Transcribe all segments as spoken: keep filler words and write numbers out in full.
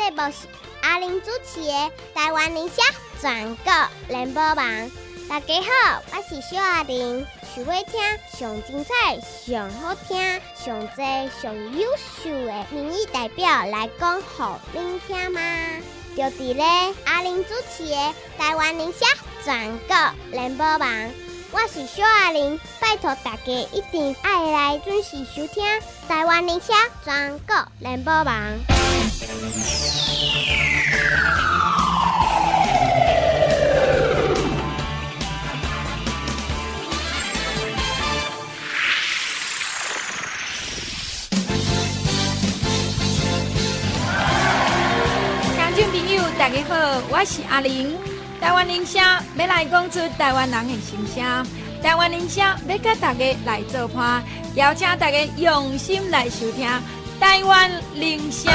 节目是阿玲主持的台湾理社全国联播网。大家好，我是小阿玲。想要听上精彩、上好听、上多、上优秀的民意代表来讲，给您听吗？就伫咧阿玲主持的台湾理社全国联播网。我是小阿玲，拜托大家一定要来准时收听台湾理社全国联播网。 听众朋友，大家好，我是阿玲。台湾人社要来讲出台湾人的心声，台湾人社要甲大家来做伴，邀请大家用心来收听台湾人社。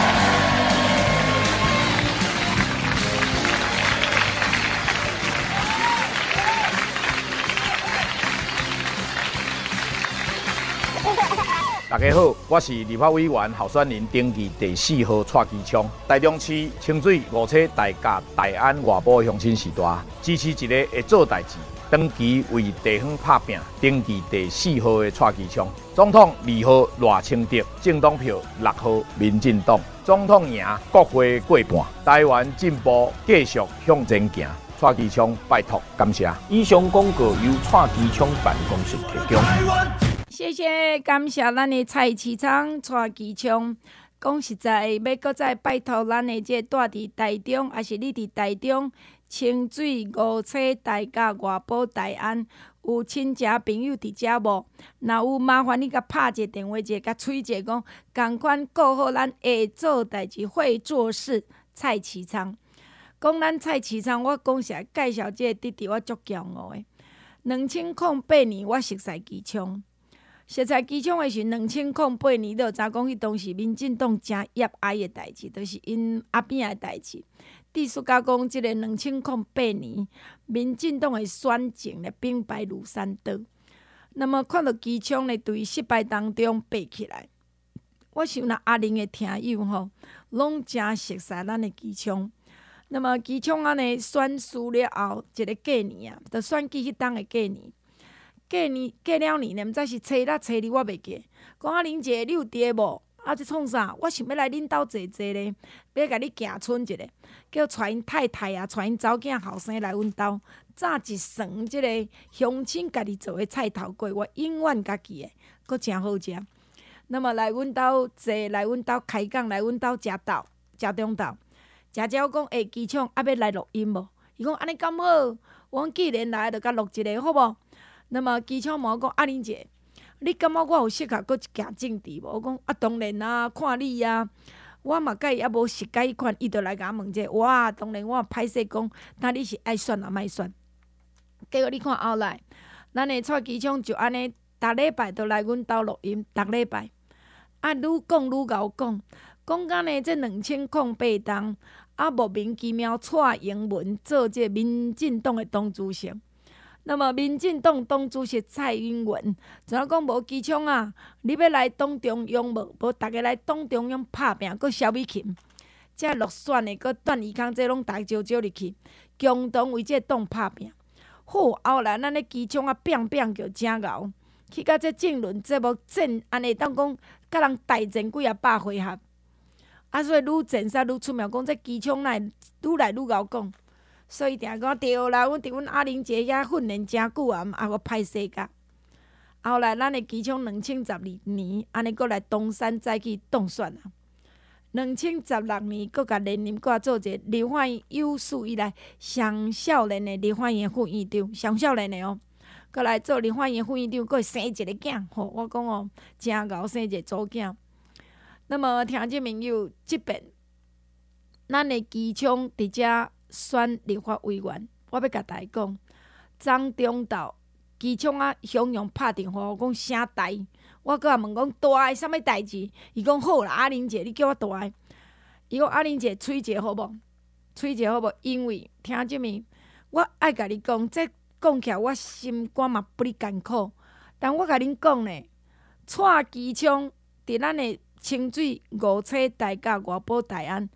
大家好，我是立法委员候选人登记第四号蔡其昌。台中市清水五车大甲大安外埔乡亲时代，支持一个会做代志、长期为地方拍拼、登记第四号的蔡其昌。总统二号赖清德，政党票六号民进党。总统赢，国会过半，台湾进步继续向前行。蔡其昌拜托，感谢。以上广告由蔡其昌办公室提供。 谢谢，感谢咱的蔡市长蔡其昌。讲实在，要搁再拜托咱的这住伫台中，还是你伫台中清水五车大甲外埔大安有亲戚朋友伫遮无？若有麻烦你甲拍一个电话者，甲催者讲，共款顾好咱会做代志、会做事蔡市长。讲咱蔡市长，我讲实在介绍这个弟弟，我足骄傲的。两千零八年，我熟悉其昌。熟悉其昌的时，两千零八年，你就知讲，迄当时民进党真热爱的代志，就是因阿扁的代志。意思甲讲，即个两千零八年，民进党的选情咧兵败如山倒。那么看到其昌咧对失败当中爬起来，我想若阿玲的听友吼，拢真熟悉咱的其昌。那么其昌安尼选输了后，一个过年啊，就选举迄当的过年。过年过了年呢，毋知是初六初二，我袂记。讲啊，玲姐，你有伫无？啊，这创啥？我想要来恁兜坐坐咧，要甲你行村一下，叫带因太太啊，带因查某囝后生来阮兜，炸一床即个乡亲家己做的菜头粿，我永远家己的，阁真好食。那么来阮兜坐，来阮兜开讲，来阮兜食昼，食中昼。食食我讲，诶，机场啊要来录音无？伊讲安尼敢好？我讲既然来，就甲录一个好无？那么机场问我讲，阿玲姐，你感觉我有适合搁行政治无？我讲啊，当然啊，看你啊，我嘛甲伊还无熟甲迄款，伊就来甲我问者，哇，当然我歹势讲，那你是爱选啊，莫选？结果你看后来，咱的蔡机场就安尼，逐礼拜都来阮兜录音，逐礼拜啊，愈讲愈敖讲，讲甲呢，这两千零八当啊，莫名其妙蔡英文做这民进党的党主席。那么，民进党党主席蔡英文，怎样讲无机枪啊？你要来党中央无？无，逐个来党中央拍拼，搁萧美琴，这落选的，搁段宜康，这拢大招招入去，共同为这党拍拼。好，后来咱咧机枪啊，拼拼叫真牛，去到这政论节目战，安尼当讲，甲人大战几啊百回合，啊，所以愈战煞愈出名，讲这机枪来愈来愈敖讲。所以定讲对啦，阮伫阮阿玲姐遐训练真久啊，也无歹势甲。后来咱的机枪两千十二年，安尼阁来东山再去当选啊。两千十六年，阁甲连任，阁做一个立法院有史以来上少年的立法院副院长，上少年的哦。阁来做立法院副院长，阁会生一个囝，吼！我讲哦，真牛，生一个祖囝。那么听众朋友，即边咱的机枪伫遮。选立法委员，我要甲大家讲，张中道机枪啊，汹涌拍电话，我讲啥代？我搁问讲大诶，啥物代志？伊讲好啦，阿玲姐，你叫我大诶。伊讲阿玲姐，吹者好无？吹者好无？因为听即面，我爱甲你讲，这讲起来我心肝嘛不哩艰苦，但我甲恁讲呢，蔡其昌伫咱诶清水五车大甲外埔大安，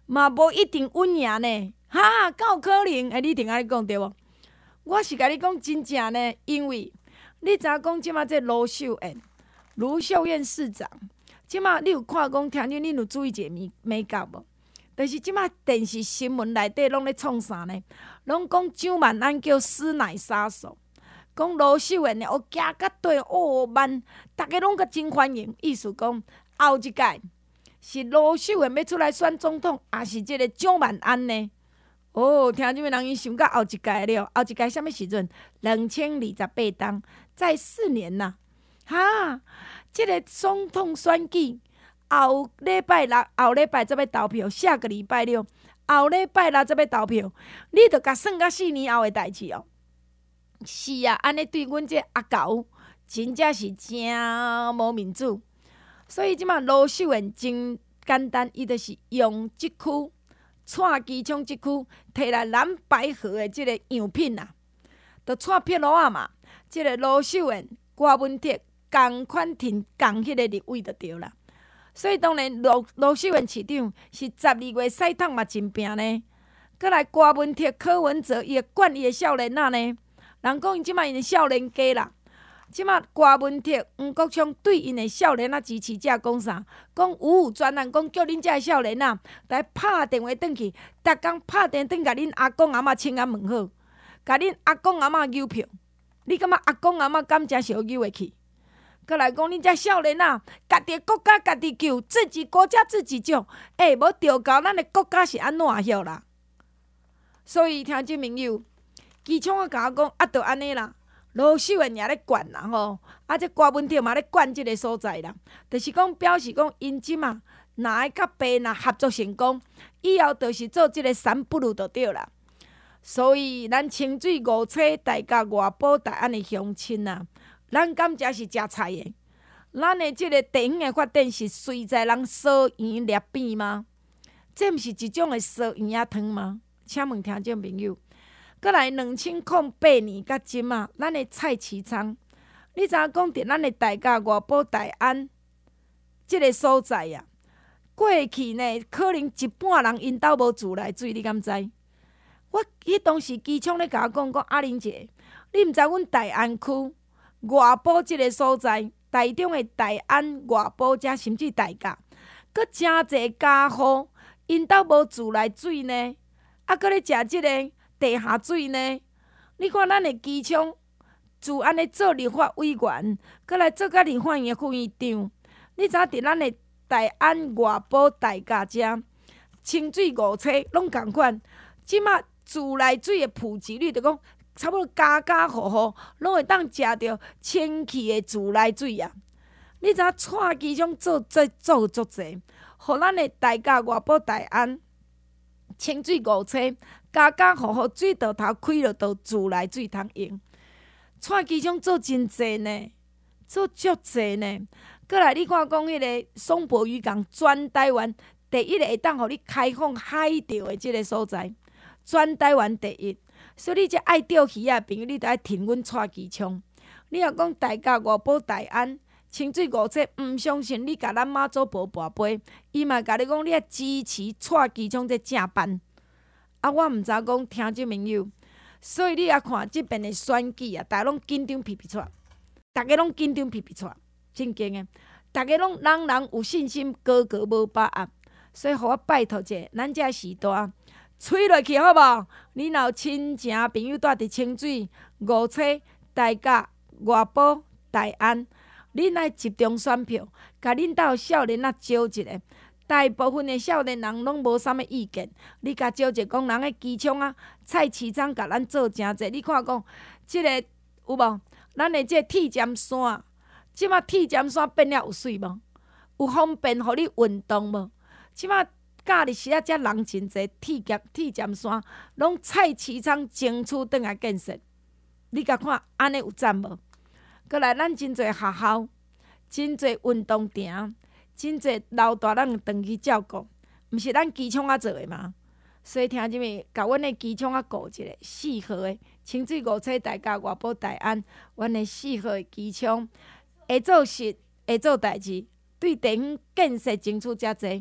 嘛无一定稳赢呢。哈，敢有可能？哎，你定安尼讲对无？我是甲你讲真正呢，因为你知影讲即马这卢秀燕、卢秀燕市长，即马你有看讲，听见你有注意一个美美角无？就是即马电视新闻内底拢咧创啥呢？拢讲蒋万安叫师奶杀手，讲卢秀燕呢，哦，行甲对哦慢，逐个拢个真欢迎，意思讲后一届是卢秀燕要出来选总统，还是即个蒋万安呢？哦，听即个人伊想到后一届了，后一届什么时阵？两千二十八当，再四年呐！哈，即、这个总统选举后礼拜六、后礼拜才要投票，下个礼拜六、后礼拜六才要投票，你着甲算到四年后的代志哦。是啊，安尼对阮这阿狗真正是真无民主。所以即马卢秀燕真简单，伊就是用即区。蔡基昌即区摕来蓝白河的即个样品啊，就蔡碧如啊嘛，即、這個盧秀燕、郭文鐵共款填共迄個立委就對啦。所以當然盧盧秀燕市長是十二月賽燙嘛真拼呢。閣來郭文鐵、柯文哲伊會管伊的少年仔呢，人講伊即擺因的少年家啦。即馬郭文鐵、黃國昌對因的少年仔支持者講啥？講五五專案，講叫恁遮少年仔來拍電話轉去，逐工拍電轉甲恁阿公阿嬷請安問好，甲恁阿公阿嬷郵票。你感覺阿公阿嬷敢真是會郵會去？閣來講恁遮少年仔，家己國家家己救，自己國家自己救。哎，無著到咱的國家是安怎曉啦？所以聽眾朋友，基昌啊甲我講，啊，著安尼啦。盧秀燕也咧管啦吼，啊，這郭文鐵嘛咧管即個所在啦，就是講表示講因即嘛，若愛甲爸若合作成功，以後就是做即個三不如就對啦。所以咱清水五彩大甲外埔大安的鄉親啊，咱感覺是食菜的。咱的即個地方的發展是隨在人燒圓掠扁嗎？這毋是一種的燒圓仔湯嗎？請問聽眾朋友。閣來兩千零八年甲即仔，咱的蔡其昌，你知影講佇咱的大甲外埔大安即個所在啊？過去呢，可能一半人因兜無自來水，你敢知？我迄當時機場咧甲我講講，阿玲姐，你毋知阮大安區外埔即個所在，台中的大安外埔遮甚至大甲，閣真濟家戶因兜無自來水呢？啊，閣咧食即個。地下水呢？你看咱的機場，自安尼做立法委員，閣來做甲立法院的副院長。你知影佇咱的大安外埔大甲遮，清水五彩攏共款。即馬自來水的普及率，就講差不多家家戶戶攏會當食到清氣的自來水啊！你知影蔡機場做做做足濟，互咱的大甲外埔大安清水五彩。家家戶戶水道頭開落到自來水通用，蔡機昌做真濟呢，做足濟呢。閣來你看講迄個松柏漁港，全台灣第一個會當互你開放海釣的即個所在，全台灣第一。所以你這愛釣魚仔朋友，你著愛聽阮蔡機昌。你若講大甲外埔大安清水五彩，毋相信你甲咱媽祖婆跋杯，伊嘛甲你講，你愛支持蔡機昌這正辦。啊，我毋知講聽眾朋友，所以你也看即邊的選舉啊，大家攏緊張皮皮出，大家攏緊張皮皮出，真勁誒！大家攏人人有信心，個個無把握。所以，互我拜託者，咱遮時代吹落去好無？你若有親情朋友住佇清水、五彩、大甲、外埔、大安，恁愛集中選票，甲恁兜少年仔招一個。大部分的少年人攏無啥物意見，你甲招者講人的機槍啊，蔡市長甲咱做誠濟。你看講，即、這個有無？咱的即個鐵尖山，即馬鐵尖山變了有水無？有方便互你運動無？即馬假日時啊，遮人真濟，鐵尖鐵尖山攏蔡市長爭取轉來建設。你甲看安尼有讚無？閣來咱真濟學校，真濟運動場。真濟老大人長期照顧，毋是咱機槍仔做的嘛？所以聽即物，甲阮的機槍仔顧一個四號的清水五彩大甲外埔大安，阮的四號的機槍會做事，會做代志，對地方建設爭取遮濟，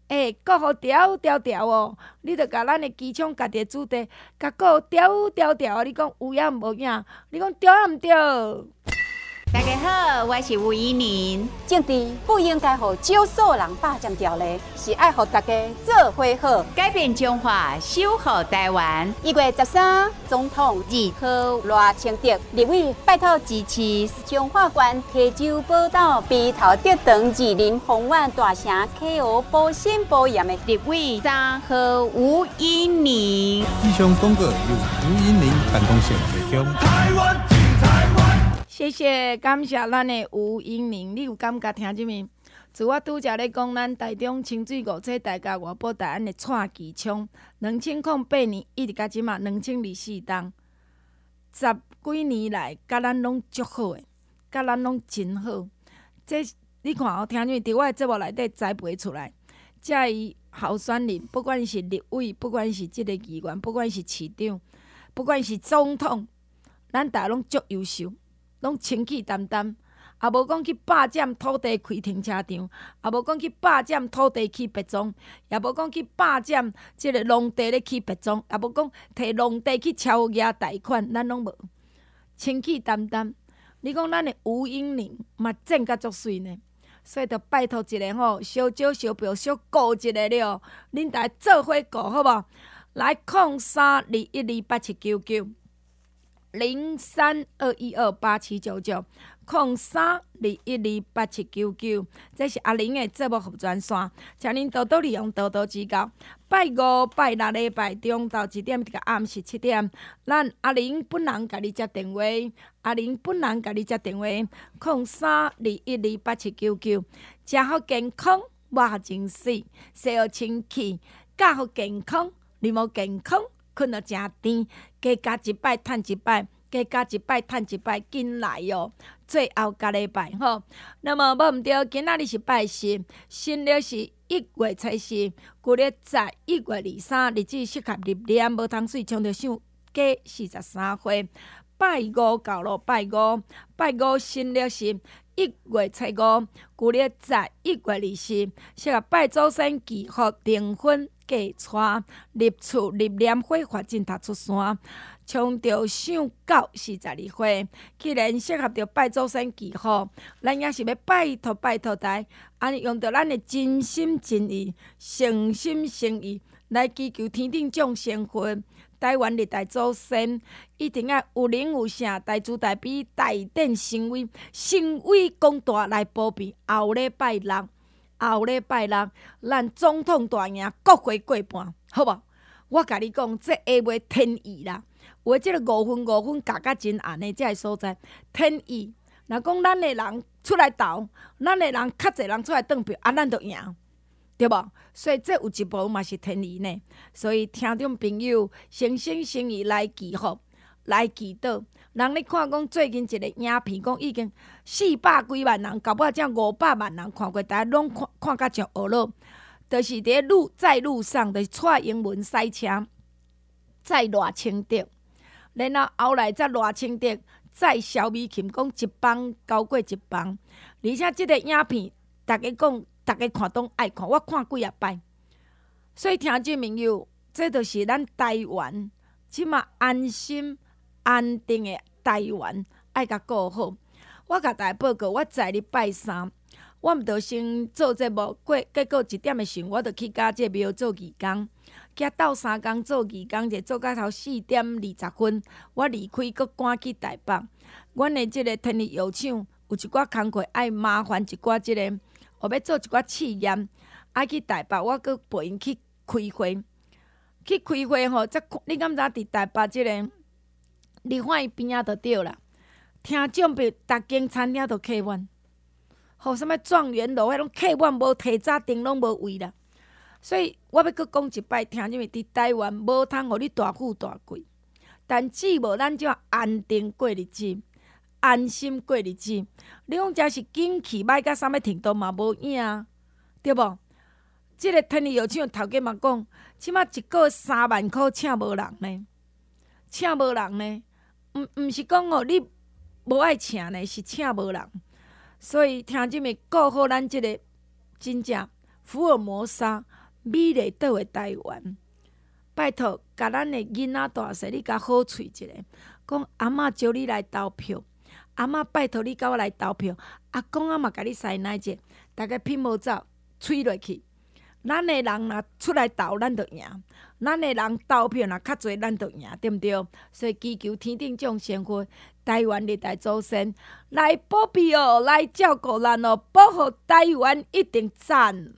诶，顾好调调调哦，你着甲咱的机枪家己的主题，甲顾调调调。你讲有影无影？你讲对啊毋对？ 大家好，我是吴怡宁。 政治不应该互少数人霸占条例，是爱互大家做伙好， 改变中华，守护台湾。 一月十三，总统日号赖清德立委拜托支持彰化县溪州宝岛鼻头竹塘二林丰苑大城 K O 保心保严的立委三号吴怡宁。 以上广告由吴怡宁办公室提供。台湾谢谢，感谢咱的吴英宁。你有感觉听即面？自我拄则咧讲，咱台中清水五车大甲外埔大安的串机枪，两千零八年一直到即嘛，两千二四档，十几年来，甲咱拢足好诶，甲咱拢真好。这你看哦，听见伫我的节目内底栽培出来，遮伊候选人，不管是立委，不管是即个议员，不管是市长，不管是总统，咱大家拢足优秀。拢清气淡淡，也无讲去霸占土地开停车场，也无讲去霸占土地起别庄，也无讲去霸占即个农地咧起别庄，也无讲摕农地去超额贷款，咱拢无清气淡淡。你讲咱的吴英宁嘛整甲足水呢，所以着拜托一个吼，小少小票小顾一个了，恁大家做伙顾好无？来，空三二一二八七九九。零三二一二八七九九，空三二一二八七九九，这是阿玲的节目服专线，请恁多多利用，多多指教。拜五、拜六礼拜中到一点，到暗时七点，咱阿玲本人甲你接电话，阿玲本人甲你接电话，空三二一二八七九九，食好健康，活好精神，生好清气，教好健康，你无健康。困到真甜，加加一摆趁一摆，加加一摆趁一摆，紧来哦！最后加礼拜吼。那么无毋对，今仔日是拜四，新历是一月初四，旧历在一月二三，日子适合入殓，无通水冲着想加四十三岁。拜五到咯，拜五，拜五新历是一月初五，旧历在一月二四，适合拜祖先祈福订婚。嫁娶、入厝、入殓、火化、进塔出山，冲着想到四十二岁。既然适合着拜祖先祈福，咱也是要拜托拜托台，安尼用着咱的真心真意、诚心诚意来祈求天顶众生魂。台湾历代祖先一定要有灵有圣，大慈大悲、大典神威、神威广大来保庇。后礼拜六。后礼拜六，咱总统大赢，国会过半，好无？我甲你讲，这下袂天意啦。有诶，即个五分五分夹甲真暗诶，这个所在天意。若讲咱诶人出来投，咱诶人较侪人出来投票，啊，咱就赢，对无？所以这有一部嘛是天意呢。所以听众朋友，诚心诚意来祈福，来祈祷。人咧看讲最近一个影片，讲已经四百几万人，搞不好才五百万人看过，大家拢看看甲像学了。就是伫路在路上，就是蔡英文赛车，再赖清德，然后后来再赖清德，再萧美琴讲一帮高过一帮，而且即个影片，大家讲，大家看拢爱看，我看几啊摆。所以听众朋友，这就是咱台湾即马安心。安定的台湾爱甲顾好。我甲大家报告，我在礼拜三，我毋着先做节目，过结果一点的时候，我着去甲这庙做义工，加斗三工做义工，者做到头四点二十分，我离开，阁赶去台北。阮的即个天气药厂有一寡工课爱麻烦一寡即个，后要做一寡试验，爱去台北，我阁陪因去开会。去开会吼，则你敢知伫台北即个？立法院边仔就对啦，听众朋友，逐间餐厅都客满，互啥物状元楼迄拢客满，无提早订拢无位啦。所以我要阁讲一摆，听众朋友，伫台湾无通互你大富大贵，但只无咱就安定过日子，安心过日子。你讲真是景气歹甲啥物程度嘛无影，对无？即、这个天气药厂头家嘛讲，即马一个月三万箍请无人呢，请无人呢。毋毋是讲哦，你无爱请呢，是请无人。所以听即个顾好咱即个真正福尔摩沙、美丽岛的台湾。拜托，甲咱的囡仔大细，你甲好喙一个，讲阿嬷招你来投票，阿嬷拜托你甲我来投票，阿公阿嘛甲你塞奶者，大家拼无走，吹落去。咱的人若出来投，咱就赢；咱的人投票若较侪，咱就赢，对毋对？所以祈求天顶众仙佛、台湾历代祖先来保庇哦，来照顾咱哦，保护台湾一定赞。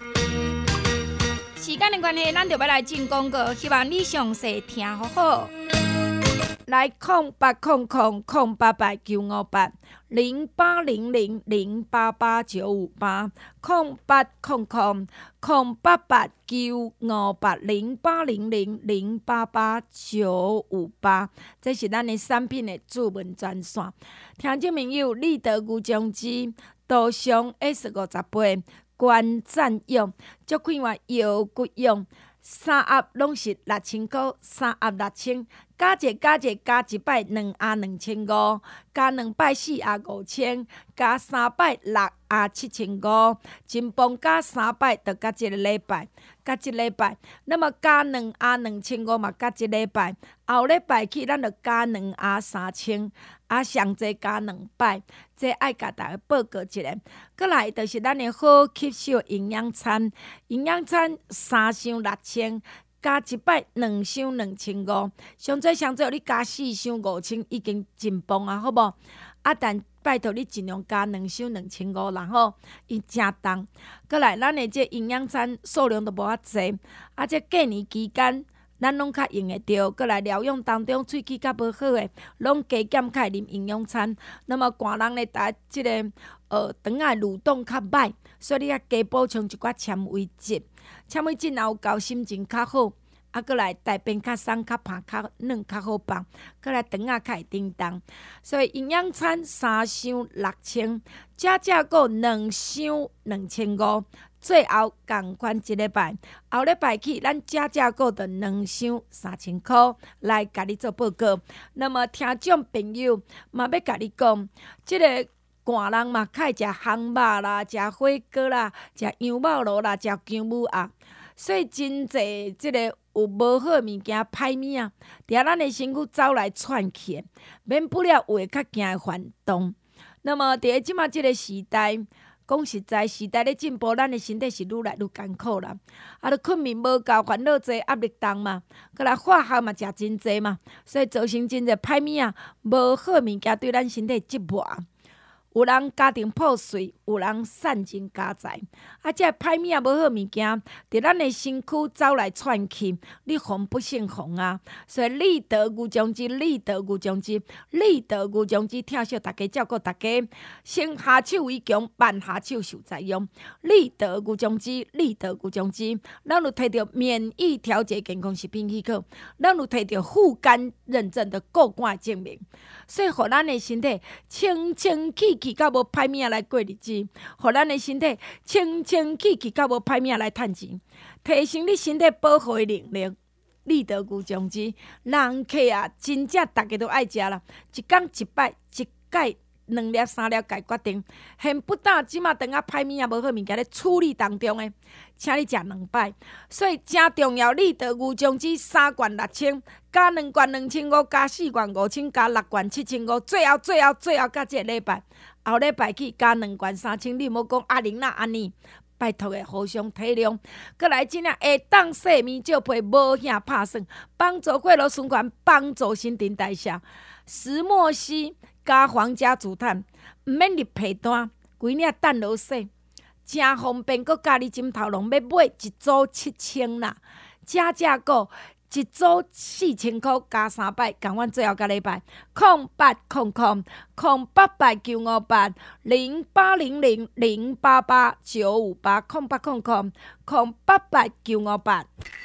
时间的关系，咱就要来进广告，希望你详细听好好。来空八空空空八八九五八零八零零零八八九五八空八空空空八八九五八零八零零零八八九五八，这是咱的产品的主文专线。听众朋友，立德牛酱汁多上 S 五十八关赞用，足款话腰骨用。三盒拢是六千块，三盒六千，加一加一加一摆两盒两千五，加两摆四盒五千，加三摆六盒七千五，真棒！加三摆就加一个礼拜，加一礼拜，那么加两盒两千五嘛，加一礼拜，后礼拜起咱就加两盒三千，啊上济加两摆，这爱甲大家报告一下。过来就是咱的好吸收营养餐，营养餐三箱六千，加一摆两箱两千五，上最上最你加四箱五千已经真棒啊，好无？啊，但拜托你尽量加两箱两千五，然后伊真重。过来，咱的这营养餐数量都无遐济，啊，这过年期间。咱拢较用会着，过来疗养当中喙齿较无好诶，拢加减钙啉营养餐。那么寒人咧，打即个呃肠仔蠕动较歹，所以你啊加补充一寡纤维质，纤维质若有够，心情较好。啊，过来大便较松、较胖、较软、较好放，过来肠仔较会叮当。所以营养餐三箱六千，加价购两箱两千五。最后共款一礼拜，后礼拜起，咱加价购的两箱三千块来甲你做报告。那么听众朋友嘛要甲你讲，即、这个寒人嘛，较会食烘肉啦、食火锅啦、食羊肉炉啦、食姜母鸭，所以真济即个有无好物件歹物啊，伫咱的身躯走来窜去，免不了有会较惊会反动。那么伫即马即个时代。讲实在，时代咧进步，咱的身体是愈来愈艰苦啦。啊，著困眠无够，烦恼济，压力重嘛，佮来化学嘛食真济嘛，所以造成真济歹物啊，无好物件对咱身体折磨。有人家庭破碎，有人散尽家财，啊，这歹物啊，无好物件，伫咱的身躯走来窜去，你防不胜防啊！所以立德牛酱汁，立德牛酱汁，立德牛酱汁，疼惜大家，照顾大家，先下手为强，万下手受灾殃。立德牛酱汁，立德牛酱汁，咱有摕到免疫调节健康食品许可，咱有摕到护肝认证的过关证明，所以互咱的身体清清气气。甲无歹物来过日子，互咱的身体清清气气，甲无歹物来趁钱，提升你身体保护的能力。立德牛酱汁，人客啊，真正大家都爱食啦，一天一摆，一盖两粒三粒，家决定。现不但即马当啊歹物啊无好物件咧处理当中诶，请你食两摆。所以真重要，立德牛酱汁三罐六千。加两罐两千五，加四罐五千，加六罐七千五，最后最后最后加这个礼拜，后礼拜起加两罐三千，你莫讲阿玲那安尼，拜托的互相体谅。过来真正会当细面照皮，无遐拍算，帮助过路循环，帮助新陈代谢。石墨烯加皇家竹炭，毋免入皮单，规领蛋落洗，真方便。佮加你枕头笼要买一组七千啦，加价购。一组四千块加三百，共阮最后个礼拜，空八空空空八八九五八零八零零零八八九五八空八空空空八八九五八。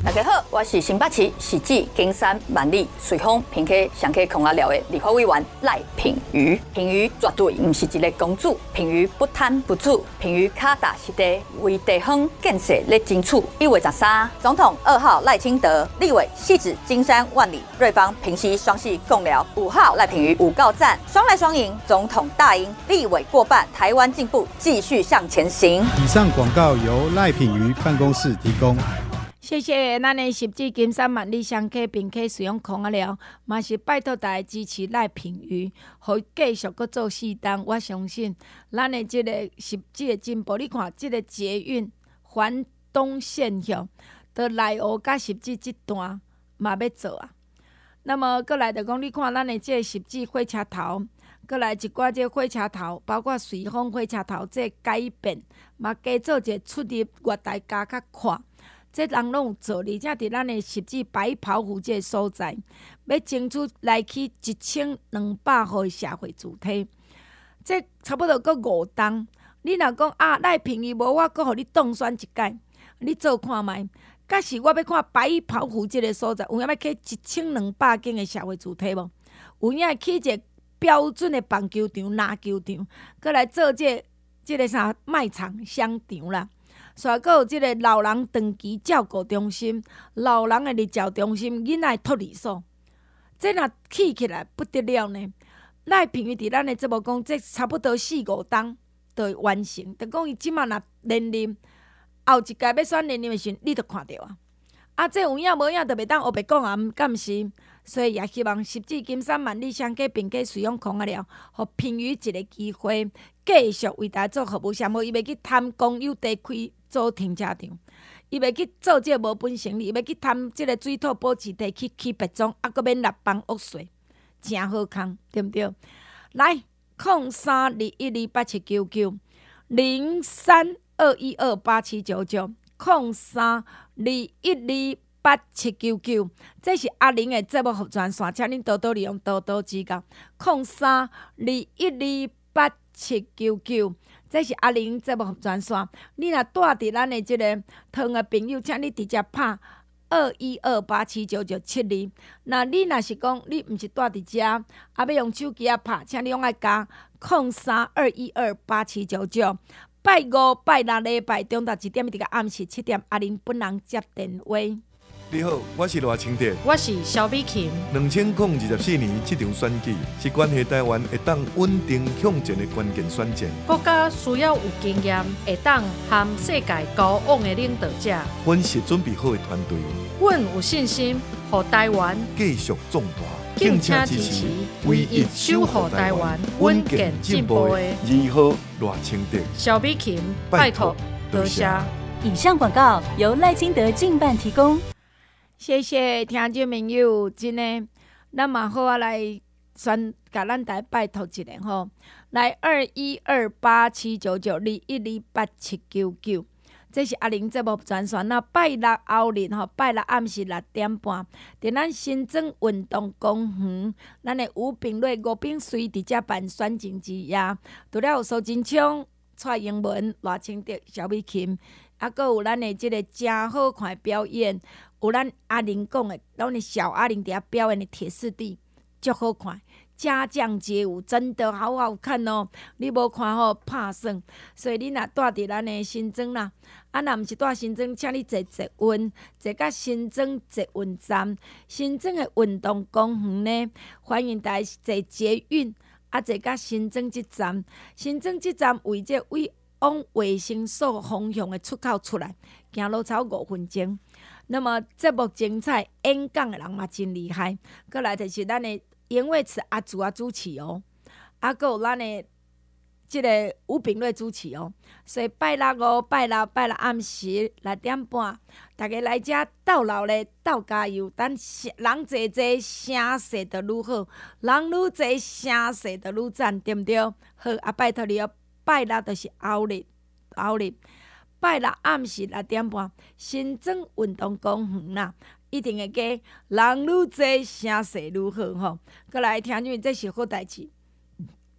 大家好，我是新北市喜记金山万里随风平溪上溪空阿寮的立法委员赖品妤。品妤绝对不是一个公主，品妤不贪不助，品妤脚踏实地为地方建设咧争取。一月十三，总统二号赖清德，立委汐止金山万里瑞芳平溪双系共寮。五号赖品妤五告赞，双赖双赢，总统大赢，立委过半，台湾进步继续向前行。 以上广告由赖品妤办公室提供。 谢谢咱的汐止金山万里双溪平溪使用空啊了，嘛是拜托大家支持赖品妤，互伊继续搁做四档。我相信咱的即个汐止的进步，你看即个捷运环东线吼，到内湖甲汐止即段嘛要做啊。那么搁来就讲，你看咱的即个汐止火车头，搁来一寡即火车头，包括随风火车头这改变，嘛加做一个出入外大家较快。这人拢有做，而且伫咱的汐止白袍湖这个所在，要争取来去一千两百户的社会主体，这差不多搁五档。你若讲啊，赖品妤无我搁互你当选一届，你做看卖。假使我要看白袍湖这个所在，有影要起一千两百间的社会主体无？有影起一个标准的棒球场、篮球场，搁来做这个、这个啥卖场、商场啦。煞搁有即个老人长期照顾中心、老人的日照中心、囡仔托儿所，这若起起来不得了呢。赖品妤伫咱的节目讲，这差不多四五档就会完成。就讲伊即马若连任，后一届要选连任的时阵，你就看到啊。啊，这有影无影，就袂当黑白讲啊，敢毋是？所以也希望汐止金山万里双溪并溪随用空啊了，互品妤一个机会，继续为大家做服务。啥物伊要去贪公有地开做停车场，伊要去做这无本生意，伊要去贪这个水土保持地去起别庄，啊，阁免六帮恶税，真好康，对毋对？来，零三二一二八七九九，零三二一二八七九九，零三二一二八七九九，这是阿玲的节目服专线，请恁多多利用，多多指教。零三二一二八七九九。这是阿玲节目服专线，你若住伫咱的即个汤的朋友，请你直接拍二一二八七九九七二。那你若是讲你毋是住伫遮，啊要用手机啊拍，请你用爱加零三二一二八七九九。拜五、拜六礼拜中昼一点一直到暗时七点，阿玲本人接电话。 你好，我是罗清德， 我是萧美琴。 两千零二十四年这场选举是关系台湾会当稳定向前的关键选战。 国家需要有经验、会当和世界交往的领导者。 阮是准备好的团队， 阮有信心，互台湾继续壮大。 敬请支持唯一守护台湾稳健进步的二号罗清德、 萧美琴，拜托，多谢。 以上广告由赖清德竞办提供。 谢谢听众朋友，真诶，咱嘛好啊来宣甲咱大家拜托一下吼，来二一二八七九九二一二八七九九，这是阿玲节目专线。那拜六后日吼，拜六暗时六点半，伫咱新庄运动公园，咱诶吴炳瑞、吴炳随伫遮办选情之夜，除了有苏贞昌、蔡英文、罗清德、萧美琴，啊，阁有咱诶即个真好看的表演。有咱阿玲讲的，咱的小阿玲伫遐表演的铁丝地，足好看，家将街舞真的好好看哦！你无看吼拍算，所以你若住伫咱的新庄啦，啊，若毋是住新庄，请你坐捷运，坐到新庄捷运站，新庄的运动公园呢，欢迎大家坐捷运，啊，坐到新庄即站，新庄即站为这为往卫生所方向的出口出来，行路超五分钟。那么节目精彩，演讲的人嘛真厉害。过来就是咱的演卫池阿祖啊主持哦，啊，阁有咱的即个吴炳瑞主持哦。所以拜六哦，拜六拜六暗时六点半，大家来遮斗闹咧，斗加油。等人济济，声势就愈好；人愈济，声势就愈赞，对毋对？好，啊，拜托你哦，拜六就是后日，后日。拜六暗时六点半，新庄运动公园啦，一定会加人愈济，声势愈好吼。过来听见这是好代志，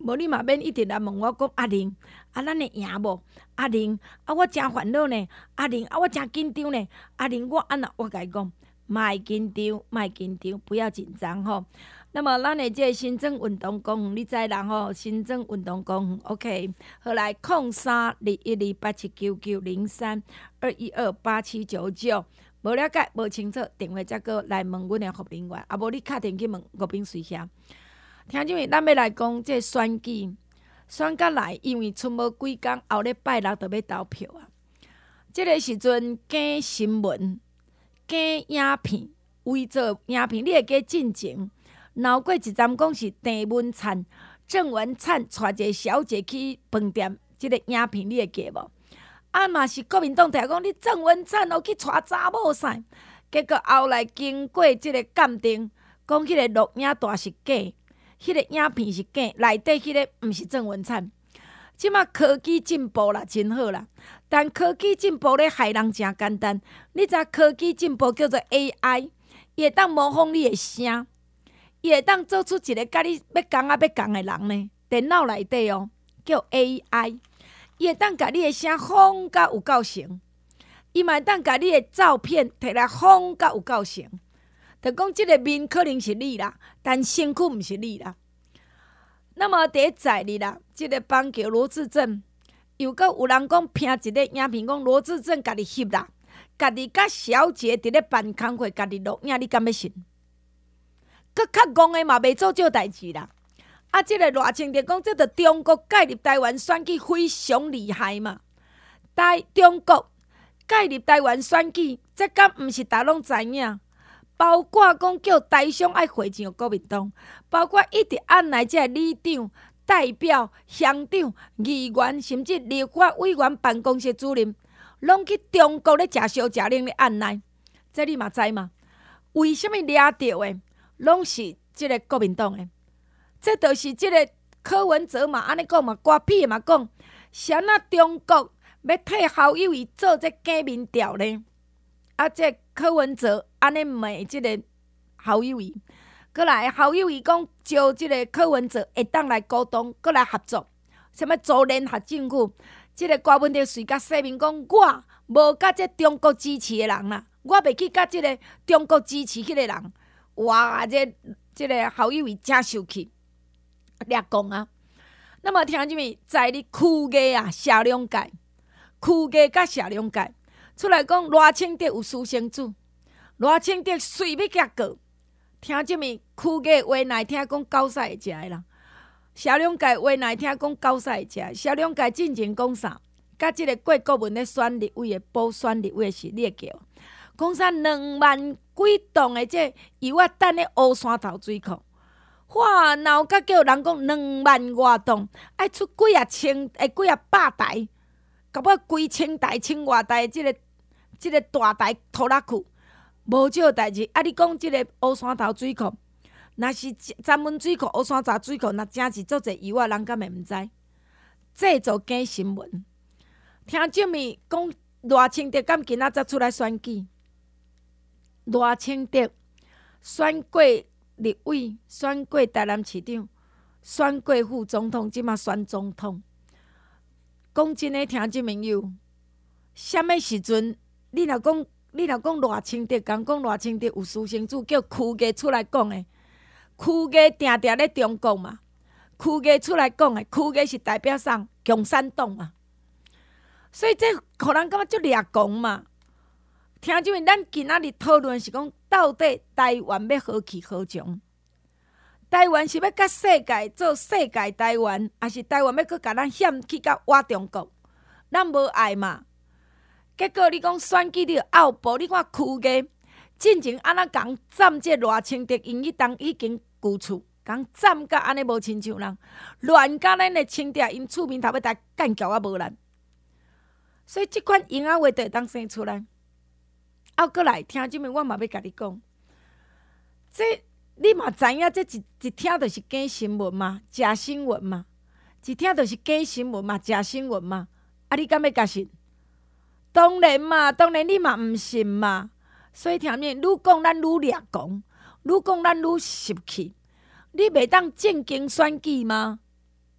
无你嘛免一直来问我讲阿玲，啊咱会赢无？阿玲，啊我真烦恼呢，阿玲，啊我真紧张呢，阿玲我安那我甲伊讲，莫紧张，莫紧张，不要紧张吼。那么咱的这个新增运动公园，你知啦吼？新增运动公园 ，OK， 好来，空三二一二八七九九零三二一二八七九九。无了解、无清楚，电话才个来问阮的服务人员，啊无你敲电去问吴炳水遐。听众们，咱要来讲这选举，选甲来，因为剩无几工，后礼拜六就要投票啊。这个时阵，假新闻、假影片，伪造影片，你会记进前。闹过一站讲是郑文灿，郑文灿带一个小姐去饭店，即、这个影片你会记无？啊嘛是国民党提讲你郑文灿哦去带查某啥，结果后来经过即个鉴定，讲迄个录影带是假，迄、那个影片是假，内底迄个毋是郑文灿。即马科技进步啦，真好啦，但科技进步咧害人真简单。你知科技进步叫做 A I， 伊会当模仿你的声。伊会当做出一个甲你要讲啊要讲的人呢，电脑内底哦，叫 A I。伊会当甲你的声仿甲有够像，伊嘛会当甲你的照片摕来仿甲有够像。就讲即个面可能是你啦，但身躯毋是你啦。那么第一载日啦，即、这个邦桥罗志正，又搁有人讲拼一个影片，讲罗志正家己翕啦，家己甲小姐伫咧办工会，家己录影，你敢要信？佮较戆的嘛，袂做少代志啦。啊，即、这个赖清德讲，这着中国介入台湾选举非常厉害嘛。台中国介入台湾选举，这敢毋是大拢知影？包括讲叫台商爱会上国民党，包括一直按来这里长、代表、乡长、议员，甚至立法委员办公室主任，拢去中国咧食烧食冷咧按来。这你嘛知嘛？为什么掠着的？拢是即个国民党的，这就是即个柯文哲嘛，安尼讲嘛，瓜屁嘛讲，谁那中国要替侯友宜做这假民调呢？啊，这柯文哲安尼骂即个侯友宜，过来侯友宜讲招即个柯文哲会当来沟通，过来合作，什么做联合政府？即个郭文哲随甲说明讲，我无甲这中国支持的人啦，我袂去甲即个中国支持迄个人。哇！这这个侯友宜真生气，掠讲啊。那么听众们，在你区议啊、社两界、区议甲社两界出来讲，赖清德有私生子，赖清德随要甲告。听众们，区议话来听讲狗屎会食的啦，社两界话来听讲狗屎会食。社两界进前讲啥？甲即个郭国文咧选立委的补选立委是你会记哦？讲啥两万几栋的这油啊等咧乌山头水库，哇！然后甲叫人讲两万外栋，爱出几啊千诶几啊百台，搞不几千台、千外台即、这个即、这个大台拖拉库，无少代志。啊！你讲即个乌山头水库，若是詹文水库、乌山头水库，若真是足侪油啊，人敢会毋知？制作假新闻，听众们讲赖清德敢今仔才出来选举？赖清德选过立委，选过台南市长，选过副总统，即马选总统。讲真诶，听众朋友，什么时阵你若讲，你若讲赖清德，讲讲赖清德有私生子，叫区议出来讲诶，区议定定咧中国嘛，区议出来讲诶，区议是代表啥？共产党嘛。所以这互人感觉足掠讲嘛。听众们，咱今仔日讨论是讲，到底台湾要何去何从？台湾是要甲世界做世界台湾，还是台湾要搁甲咱险去甲挖中国？咱无爱嘛。结果你讲选举你拗步，你看区议进前安那讲占这赖清德，因迄当已经旧厝，讲占甲安尼无亲像人，乱甲咱的清德因厝面头要来干交啊无力。所以即款婴仔话就会当生出来。后过来，听众们，我嘛要甲你讲，这你嘛知影，这一一听就是假新闻嘛，假新闻嘛，一听就是假新闻嘛，假新闻嘛。啊，你敢要甲信？当然嘛，当然你嘛毋信嘛。所以听众们，愈讲咱愈掠讲，愈讲咱愈生气。你袂当正经选举吗？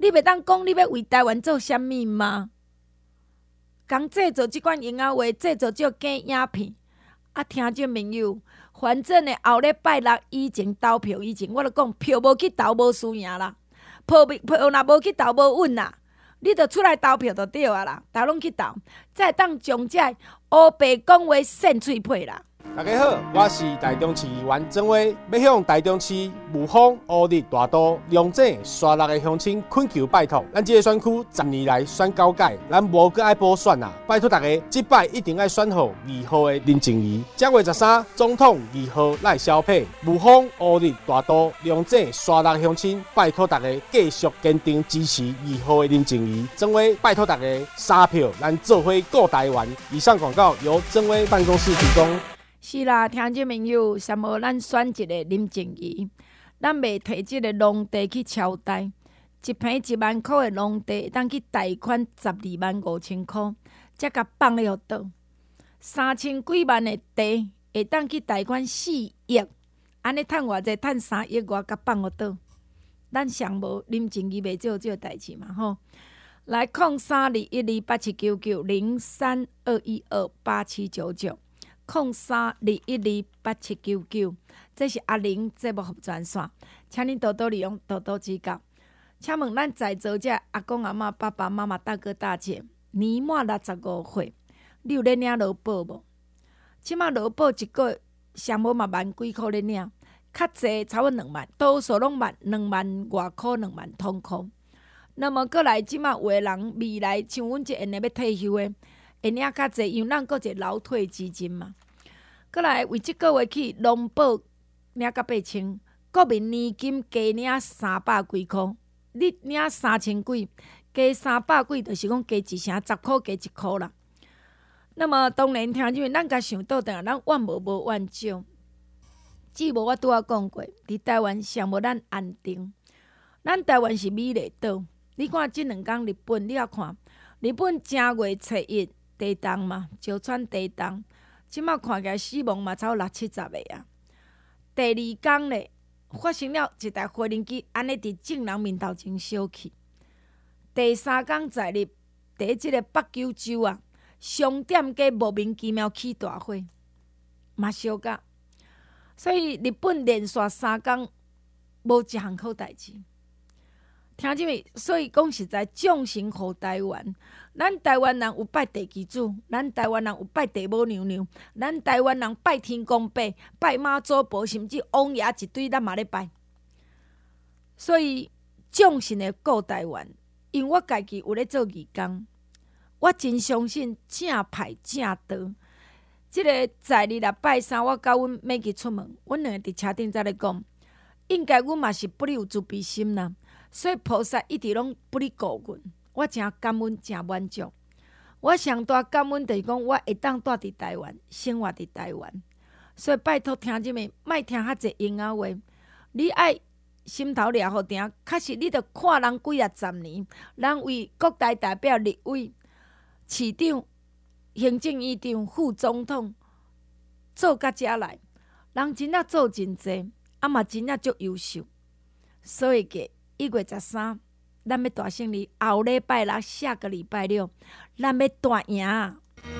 你袂当讲你要为台湾做啥物吗？讲制作即款婴仔话，制作这假影片，啊，听众朋友，反正呢后礼拜六以前投票以前，我著讲票无去投无输赢啦，票票若无去投无稳啦，你著出来投票就对啊啦，大拢去投，才会当将这乌白讲话扇喙皮啦。 大家好，我是台中市议员曾伟，要向台中市雾峰、乌日大都、龙井、沙鹿的乡亲恳求拜托，咱这个选区十年来选九届，咱无搁爱补选啊！拜托大家，这摆一定要选好二号的林静怡，正月十三总统二号赖萧佩，雾峰、乌日大都、龙井、沙鹿乡亲，拜托大家继续坚定支持二号的林静怡。曾伟拜托大家三票，咱做伙顾台湾。以上广告由曾伟办公室提供。 是啦，听众朋友，什么咱选一个林静怡，咱袂摕即个农地去超贷，一坪一万块的农地，当去贷款十二万五千块，才甲放咧互倒。三千几万的地，会当去贷款四亿，安尼趁偌济？趁三亿外，甲放互倒。咱上无林静怡袂做即个代志嘛吼。来，空三二一二八七九九零三二一二八七九九。空三二一二八七九九，这是阿玲节目服专线，请您多多利用，多多指教。请问咱在座这阿公阿嬷、爸爸妈妈、大哥大姐，年满六十五岁，你有咧领劳保无？即马劳保一个月上无嘛万几箍咧领，较济差不多两万，多数拢万两万外箍，两万通箍。那么过来，即马有的人未来像阮这下要退休的。会领较济，因为咱搁一个劳退基金嘛。过来为即个月起，农保领到八千，国民年金加领三百几箍。你领三千几，加三百几，就是讲加一成十箍，加一箍啦。那么当然，听众咱甲想倒定，咱怨无无怨少。只无我拄仔讲过，伫台湾上无咱安定。咱台湾是美丽岛，你看即两工日本，你也看日本正月初一。地动嘛，石川地动，即马看起来死亡嘛，差不多六七十个啊。第二天咧，发生了一台无人机，安尼伫正人面头前烧去。第三天在日，伫即个北九州啊，商店街莫名其妙起大火，嘛烧甲。所以日本连续三天无一项好代志。听即位，所以讲实在，众神护台湾。咱台湾人有拜地基主，咱台湾人有拜地母娘娘，咱台湾人拜天公伯、拜妈祖婆，甚至王爷一堆，咱嘛咧拜。所以众神会顾台湾，因为我家己有咧做义工，我真相信正派正道。即、这个在日礼拜三，我甲阮美琪出门，阮两个伫车顶在咧讲，应该阮嘛是不离有慈悲心啦。所以菩萨一直拢不离顾阮，我真感恩，真满足。我上大感恩就是讲，我会当住伫台湾，生活伫台湾。所以拜托听众们，莫听遐济婴仔话，你爱心头掠好定。确实，你着看人几啊十年，人为国台代表、立委、市长、行政院长、副总统做到遮来，人真正做真济，啊嘛真正足优秀。所以个。一月十三，咱要大胜利。后礼拜六，下个礼拜六，咱要大赢。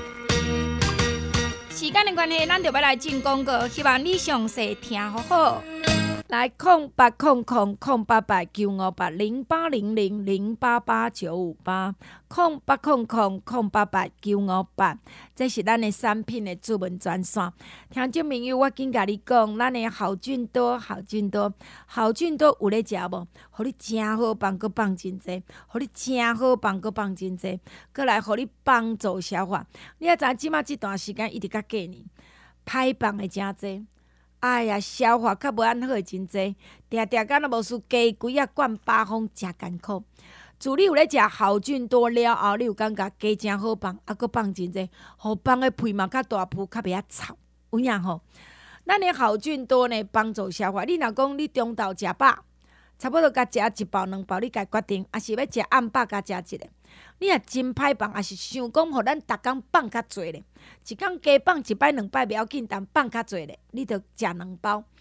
时间的关系，咱就要来进广告，希望你详细听好好。来，空八空空空八八九五八零八零零零八八九五八，空八空空空八八九五八，这是咱的产品的主文专线。听众朋友，我紧甲你讲，咱的好菌多，好菌多，好菌多有咧食无？互你真好放，搁放真济；互你真好放，搁放真济；搁来互你帮助消化。你也知即马即段时间一直甲过年，歹放的真济。哎呀，消化较无安好诶，真济，定定敢若无输加几啊罐八方，真艰苦。自你有咧食好菌多了后，你有感觉加真好放，啊，搁放真济，互放诶屁嘛较大噗，较袂遐臭，有影吼？咱诶好菌多呢，帮助消化。你若讲你中昼食饱，差不多甲食一包两包，你家决定，还是要食暗饱甲食一个。你若真歹放，也是想讲，互咱逐工放较侪咧。一工加放一摆两摆袂要紧，但放较侪咧，你着食两包。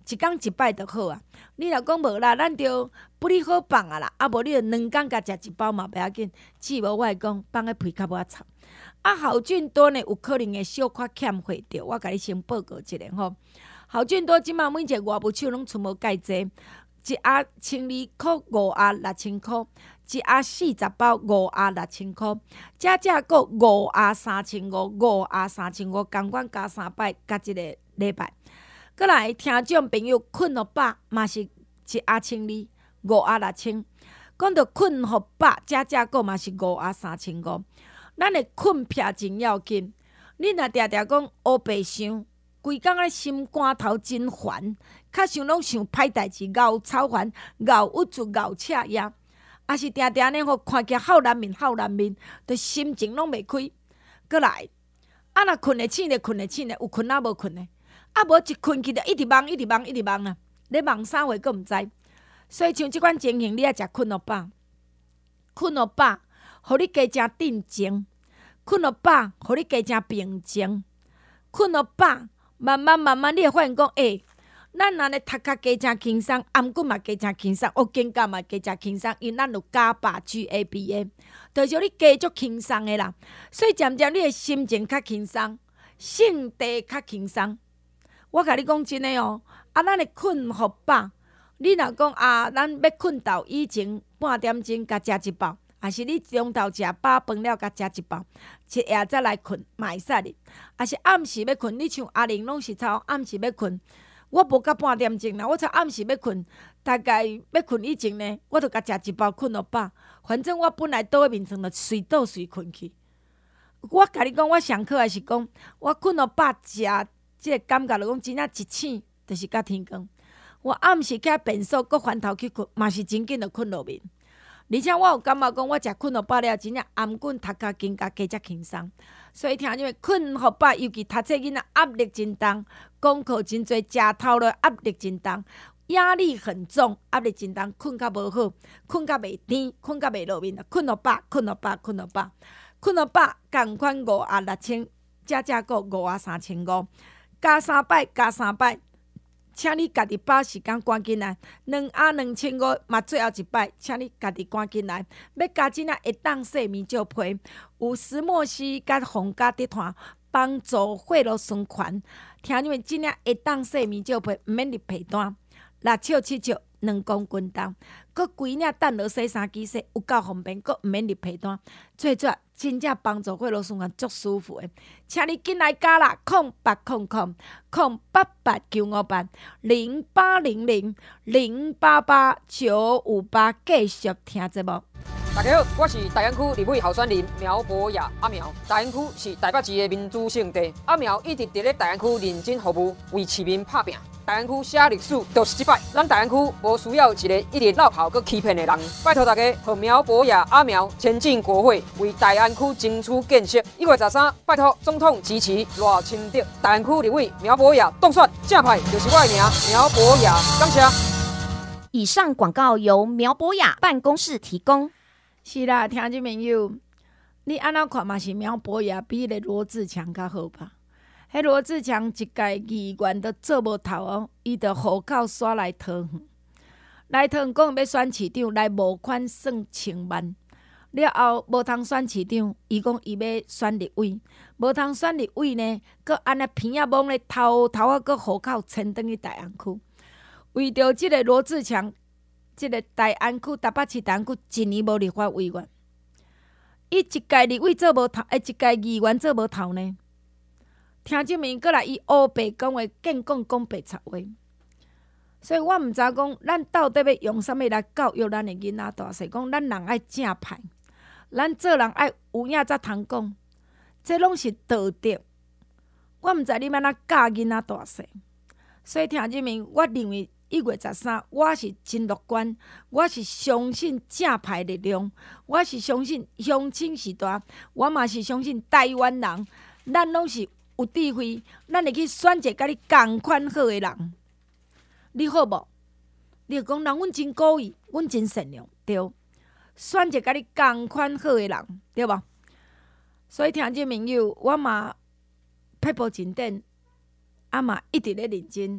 一工一摆就好啊。你若讲无啦，咱着不哩好放啊啦，啊无你着两工甲食一包嘛袂要紧。姊无我会讲放个皮较无臭。啊，好菌多呢，有可能会小可欠血着，我甲你先报告一下吼。好菌多即马每一个外务手拢出无介济，一盒千二箍，五盒六千箍。一盒四十包，五盒六千箍，加价购五盒三千五，五盒三千五，共款加三摆，加一个礼拜。过来，听众朋友困互饱嘛是一盒千二，五盒六千。讲到困互饱，加价购嘛是五盒三千五。咱的困癖真要紧，你若定定讲乌白想，规工咧心肝头真烦，较想拢想歹代志，熬操烦，熬郁卒，熬赤夜。也是定定呢，吼看起来好难眠，好难眠，就心情拢袂开。过来，啊若困会醒咧，困会醒咧，有困啊无困咧，啊无一困起就一直梦，一直梦，一直梦啊！咧梦啥话，佫毋知。所以像即款情形，你爱食困互饱，困互饱，互你加正镇静；困互饱，互你加正平静；困互饱，慢慢慢慢，你会发现讲，诶、欸。咱若咧头壳加正轻松，颔骨嘛加正轻松，哦，肩胛嘛加正轻松，因咱有加把 G A B A， 就是你加足轻松的啦。所以渐渐你的心情较轻松，性地较轻松。我甲你讲真诶哦，啊，咱会困互饱。你若讲啊，咱要困到以前半点钟，甲食一包，还是你中昼食饱饭了，甲食一包，一夜再来困，嘛会使哩。还是暗时要困，你像阿玲拢是操暗时要困。我无到半点钟啦，我才暗时要困，大概要困以前呢，我就甲食一包困互饱。反正我本来倒喺眠床就随倒随困去。我甲你讲，我上课还是讲，我困互饱食，即个感觉就讲真正一醒，就是甲天光。我暗时起来便所，搁翻头去困，嘛是真紧就困落眠。而且我有感觉讲，我食困互饱了，真正颔骨、头壳、肩胛加遮轻松。所以听因为困互饱，尤其读册囡仔压力真重，功课真多，食透了压力真重，压力很重，压力真重，困较无好，困较袂甜，困较袂落眠，困互饱，困互饱，困互饱，困互饱，共款五盒六千，加价购五盒三千五，加三摆，加三摆。请你家己把时间赶紧来，两盒两千五嘛，最后一摆，请你家己赶紧来。要加真啊，会当洗面皂皮，有石墨烯甲红加地团，帮助血路循环。听你们真啊，会当洗面皂皮，毋免入被单，六尺七尺两公斤重，佮规领等落洗衫机洗，有够方便，佮毋免入被单。最主要真正帮助血路循环，足舒服的。请你紧来加啦，空八空空空八八九五八零八零零零八八九五八，继续听节目。 大家好，我是大安区立委候选人苗博雅阿苗。大安区是台北市的民主圣地，阿苗一直伫咧大安区认真服务，为市民拍拼。大安区写历史就是这摆，咱大安区无需要一个一直落后佮欺骗的人。拜托大家，和苗博雅阿苗前进国会，为大安区争取建设。一月十三，拜托总统支持赖清德。大安区立委苗博雅当选，正派就是我的名苗博雅，感谢。 以上广告由苗博雅办公室提供。 是啦，听众朋友，你安怎看嘛是苗博雅比迄个罗志强较好吧？迄罗志强一届议员都做无头哦，伊就户口刷来桃园，来桃园讲要选市长，来募款算千万，了后无通选市长，伊讲伊要选立委，无通选立委呢，佮安尼片仔蒙咧偷偷啊，佮户口迁转去大安区，为着即个罗志强。即个大安区、台北市大安区一年无立法委员，伊一届立委做无头，诶，一届议员做无头呢？听证明过来，伊乌白讲话，见讲讲白贼话。所以我毋知讲，咱到底要用啥物来教育咱的囡仔大细？讲咱人爱正派，咱做人爱有影才通讲，这拢是道德。我毋知你要哪教囡仔大细。所以听证明，我认为。一月十三，我是真乐观，我是相信正派力量，我是相信乡亲时代，我嘛是相信台湾人，咱拢是有智慧，咱会去选一个甲你同款好的人。你好无？你讲人，阮真故意，阮真善良，对。选一个甲你同款好的人，对无？所以听众朋友，我嘛撇步真顶，啊嘛一直咧认真。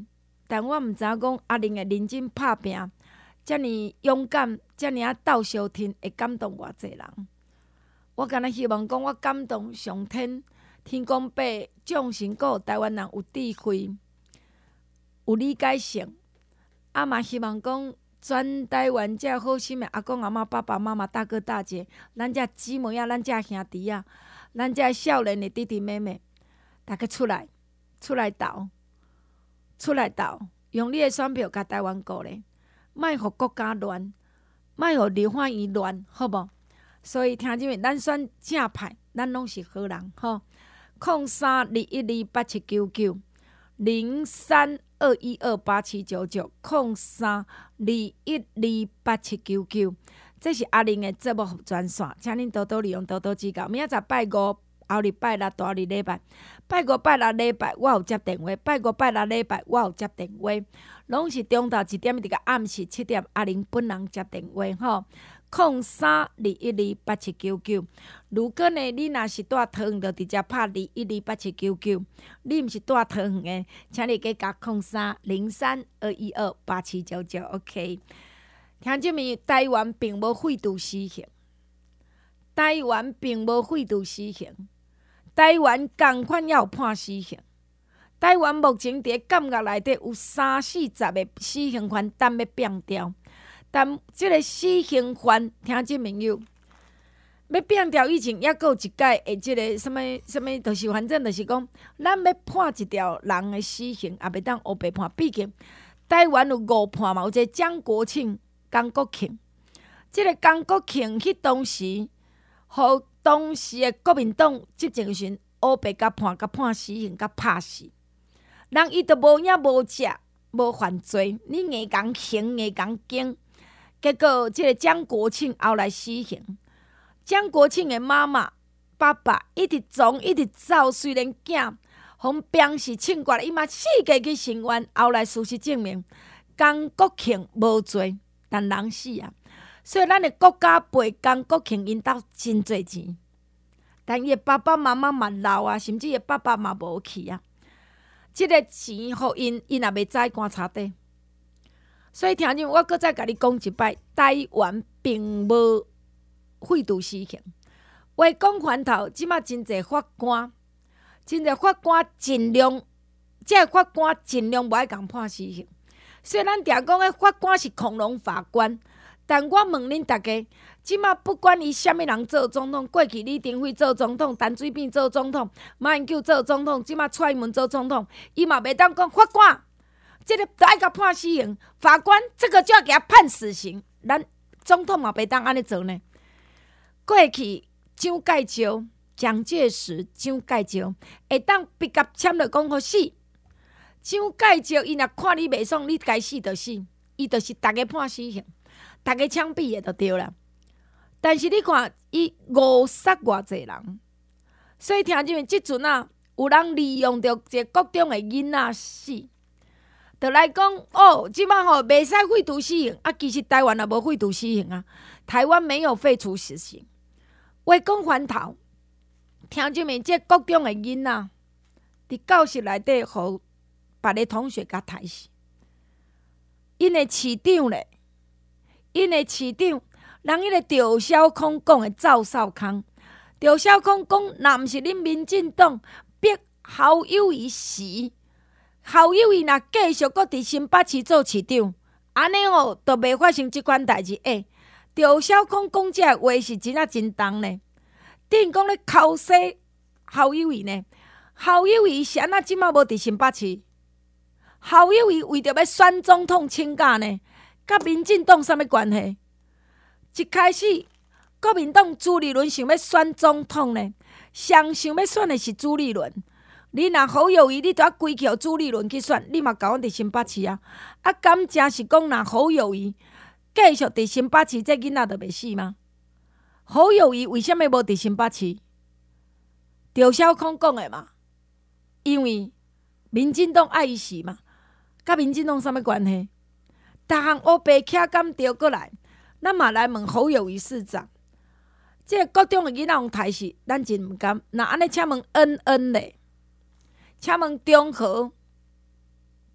但我毋知影讲阿玲会认真拍拼，遮尔勇敢，遮尔啊斗相挺，会感动偌济人。我敢若希望讲，我感动上天，天公伯众神国台湾人有智慧，有理解性，啊嘛希望讲全台湾遮好心的阿公阿嬷、爸爸妈妈、大哥大姐，咱遮姊妹啊，咱遮兄弟啊，咱遮少年的弟弟妹妹，大家出来，出来斗，出来斗，用你的选票甲台湾顾咧，莫互国家乱，莫互立法院乱，好无？所以听姊妹，咱选正派，咱拢是好人，吼。空三二一二八七九九零三二一二八七九九空三二一二八七九九，这是阿玲的节目专线，请恁多多利用，多多指教。明仔载拜五。后日拜六、大日礼拜，拜五、拜六礼拜我有接电话，拜五、拜六礼拜我有接电话，拢是中昼一点一直到暗时七点，阿玲本人接电话吼。空三二一二八七九九，如果呢你若是住桃园，就直接拍二一二八七九九；你毋是住桃园的，请你加加空三零三二一二八七九九。OK， 听这面台湾并无废除死刑，台湾并无废除死刑。台湾同款也有判死刑。台湾目前伫监狱内底有三四十个死刑犯等要变掉，但即个死刑犯，听即朋友要变掉以前，抑佫有一届诶，即个什物什物，就是反正就是讲，咱要判一条人诶死刑，也袂当黑白判。毕竟台湾有误判嘛，有一个蒋国庆、江国庆，即、這个江国庆迄当时，互当时的国民党执政时，黑白甲判甲判死刑甲拍死，人伊都无影无食无犯罪，你硬讲刑硬讲刑，结果即个蒋国庆后来死刑，蒋国庆的妈妈、爸爸一直撞一直走，虽然囝互病死庆过来，伊嘛四界去申冤，后来事实证明江国庆无罪，但人死啊。所以咱的国家赔江国庆因兜真侪钱，但伊的爸爸妈妈嘛老啊，甚至伊爸爸嘛无去啊。即、這个钱互因，因也袂知棺柴底。所以听见我搁再甲你讲一摆，台湾并无废除死刑。话讲翻头，即马真侪法官，真侪法官尽量，即个法官尽量无爱共判死刑。所以咱常讲诶，法官是恐龙法官。但我问恁大家，即马不管伊啥物人做总统，过去李登辉做总统，陈水扁做总统，马英九做总统，即马蔡英文做总统，伊嘛袂当讲法官，即、這个都爱甲判死刑，法官这个就要给他判死刑。咱总统嘛袂当安尼做呢。过去蒋介石、蒋介石、蒋介石会当笔甲签落讲好死。蒋介石伊若看你袂爽，你该死就死，伊就是逐个判死刑。大家枪毙的就对啦，但是你看，伊误杀偌济人，所以听见没？即阵啊，有人利用着一个国中的囡仔死，就来讲哦，即摆吼袂使废除死刑啊。其实台湾也无废除死刑啊，台湾没有废除死刑。话讲翻头，听见没？即国中的囡仔伫教室内底，互别个同学甲杀死，因的市长咧。因的市长，人迄个赵少康讲的赵少康，赵少康讲，若毋是恁民进党逼侯友宜死，侯友宜若继续搁伫新北市做市长，安尼哦，都袂发生即款代志。诶、欸，赵少康讲这话是真啊真重呢，等于讲咧口洗侯友宜呢。侯友宜是安那即马无伫新北市，侯友宜为着要选总统请假呢。甲民进党啥物关系？一开始，国民党朱立伦想要选总统呢，上想要选的是朱立伦。你若侯友宜，你就要归去予朱立伦去选，你嘛甲阮伫新北市啊？啊，敢真是讲若侯友宜继续伫新北市，这囡仔就袂死吗？侯友宜为什么无伫新北市？赵少康讲的嘛，因为民进党爱伊死嘛，甲民进党啥物关系？逐项乌白徛敢调过来，咱嘛来问侯友宜市长，即、這個国中的囡仔用杀死，咱真毋甘。那安尼，请问恩恩咧，请问中和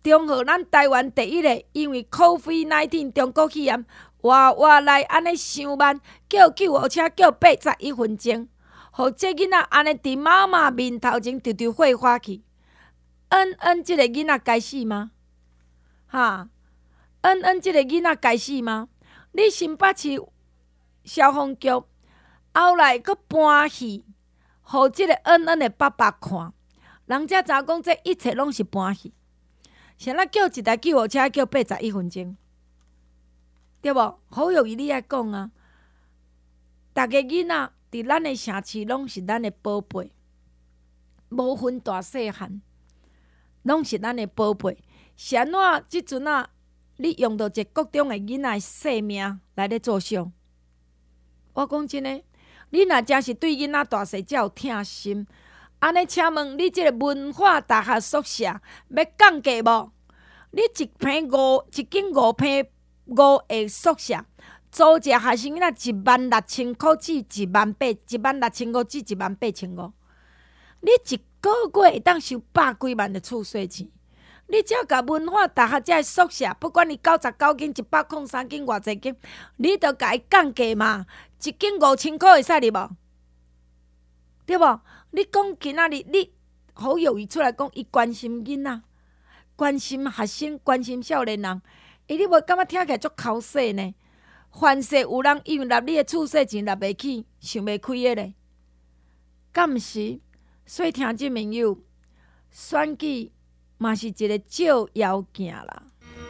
中和咱台湾第一个，因为 COVID 十九 中国肺炎，活活来安尼伤慢，叫救护车叫八十一分钟，互这囡仔安尼伫妈妈面头前直直火花去。恩恩，即个囡仔该死吗？哈，恩恩，即个囡仔该死吗？你新北市消防局后来佫搬戏，互即个恩恩的爸爸看，人家查讲这一切拢是搬戏，谁咱叫一台救护车叫八十一分钟，对无？好容易你爱讲啊！逐个囡仔伫咱的城市拢是咱的宝贝，无分大细汉，拢是咱的宝贝。是安怎即阵啊？你用到一国中的囡仔的性命来咧做想？我讲真诶，你若真是对囡仔大细才有疼心，安尼请问你即个文化大学宿舍要降价无？你一平五一间五平五个宿舍，租一个学生囡仔一万六千块至一万八，一万六千五至一万八千五。你一个月会当收百几万的厝税钱。你只要甲文化大学遮个宿舍，不管你九十九间、一百零三间、偌济间，你都甲伊降价嘛，一间五千块会使哩无？对无？你讲今仔日你好友伊出来讲，伊关心囡仔，关心学生，关心少年人，伊你无感觉听起来足口水呢？凡是有人因为纳你的厝税钱纳袂起，想袂开的咧，敢毋是？所以听众朋友，选举嘛是一个照妖镜啦。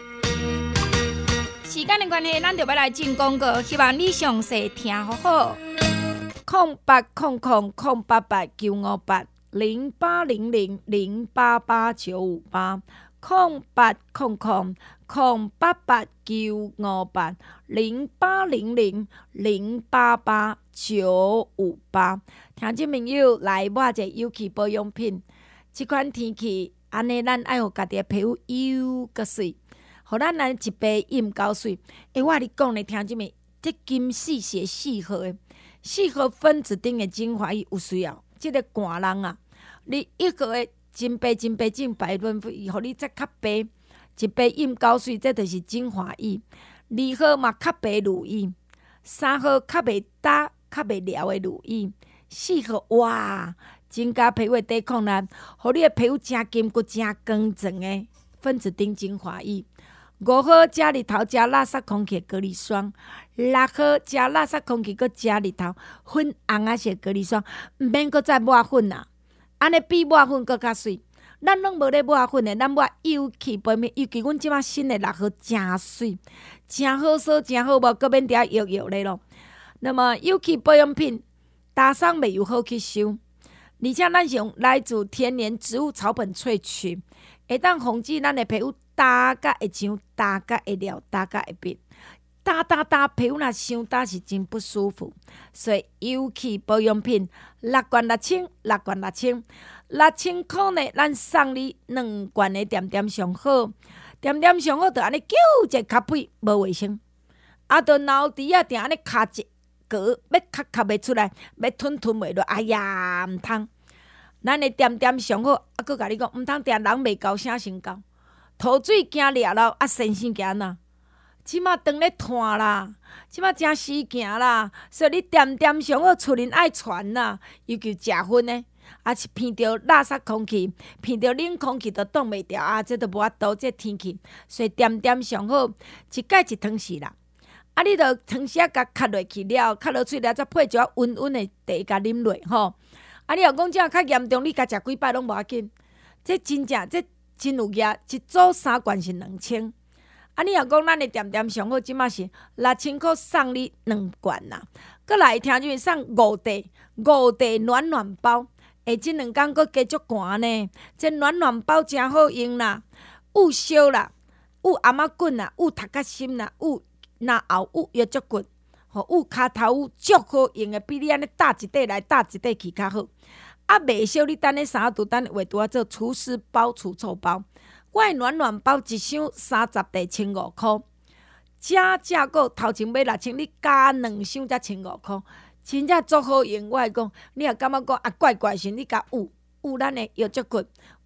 时间的关系，咱就要来进广告，希望你详细听好好。 空八空空空八八九五八零八零零零八八九五八空八空空空八八九五八零八零零零八八九五八。听众朋友来买一个有机保养品，即款天气。安尼，咱爱互家己的皮肤油佮水，互咱安一杯饮够水。诶，我你讲咧，听即面，这金细是适合的，适合分子顶的精华液有需要。即、这个寒人啊，你一个月真杯真杯净白润肤，互你再较白，一杯饮够水，这就是精华液。二号嘛较白乳液，三号较袂干、较袂撩的乳液，四号哇！增加皮肤的抵抗力，互你的皮肤真金骨、真光泽的分子顶精华液。五号加日头加垃圾空气隔离霜，六号加垃圾空气，佮加日头粉红啊色隔离霜，毋免佮再抹粉啦，安尼比抹粉佮较水。咱拢无咧抹粉的，咱抹有气保养品，尤其阮即马新的六号真水，真好扫，真好无，佮免伫遐摇摇咧咯。那么有气保养品，打霜袂有好去收。而且咱是用来自天然植物草本萃取，会当防止咱的皮肤干甲会痒、干甲会撩、干甲会变、干干干皮肤若伤干是真不舒服。所以有气保养品六罐六千，六罐六千，六千块呢，咱送你两罐的点点上好，点点上好就安尼揪一卡屁无卫生，啊，就脑底啊定安尼卡一。要咳咳袂出来，要吞吞袂落，哎呀，毋通！咱的点点上好，啊，佫甲你讲，毋通定人袂高声先高，吐水惊掠了，啊，先生惊呐！即马当咧拖啦，即马真死惊啦，所以你点点上好，厝人爱传啦，尤其食薰的，啊，是闻着垃圾空气，闻着冷空气都挡袂牢啊，这都无法度，这天气，所以点点上好，一盖一汤匙啦。啊！你着汤匙啊，甲咳落去了，咳落嘴了，再配一碗温温的茶，甲啉落吼。啊！你若讲这较严重，你甲食几摆拢无要紧。这真正这真有业，一组三罐是两千。啊！你若讲咱的点点上好，即马是六千块送你两罐啦。搁来听就是送五袋五袋暖暖包，下即两工搁加足寒呢。这暖暖包真好用啦，有烧啦，有阿妈滚啦，有头壳心啦，有。那后有药足骨，吼有骹头有足好用的，比你安尼搭一块来搭一块去较好。啊，袂烧你等咧三度等画拄仔做厨师包、除臭包。我的暖暖包一箱三十袋千五箍，正正个头前买六千，你加两箱才千五箍，真正足好用。我会讲，你若感觉讲啊怪怪时，你甲有有咱的药足骨，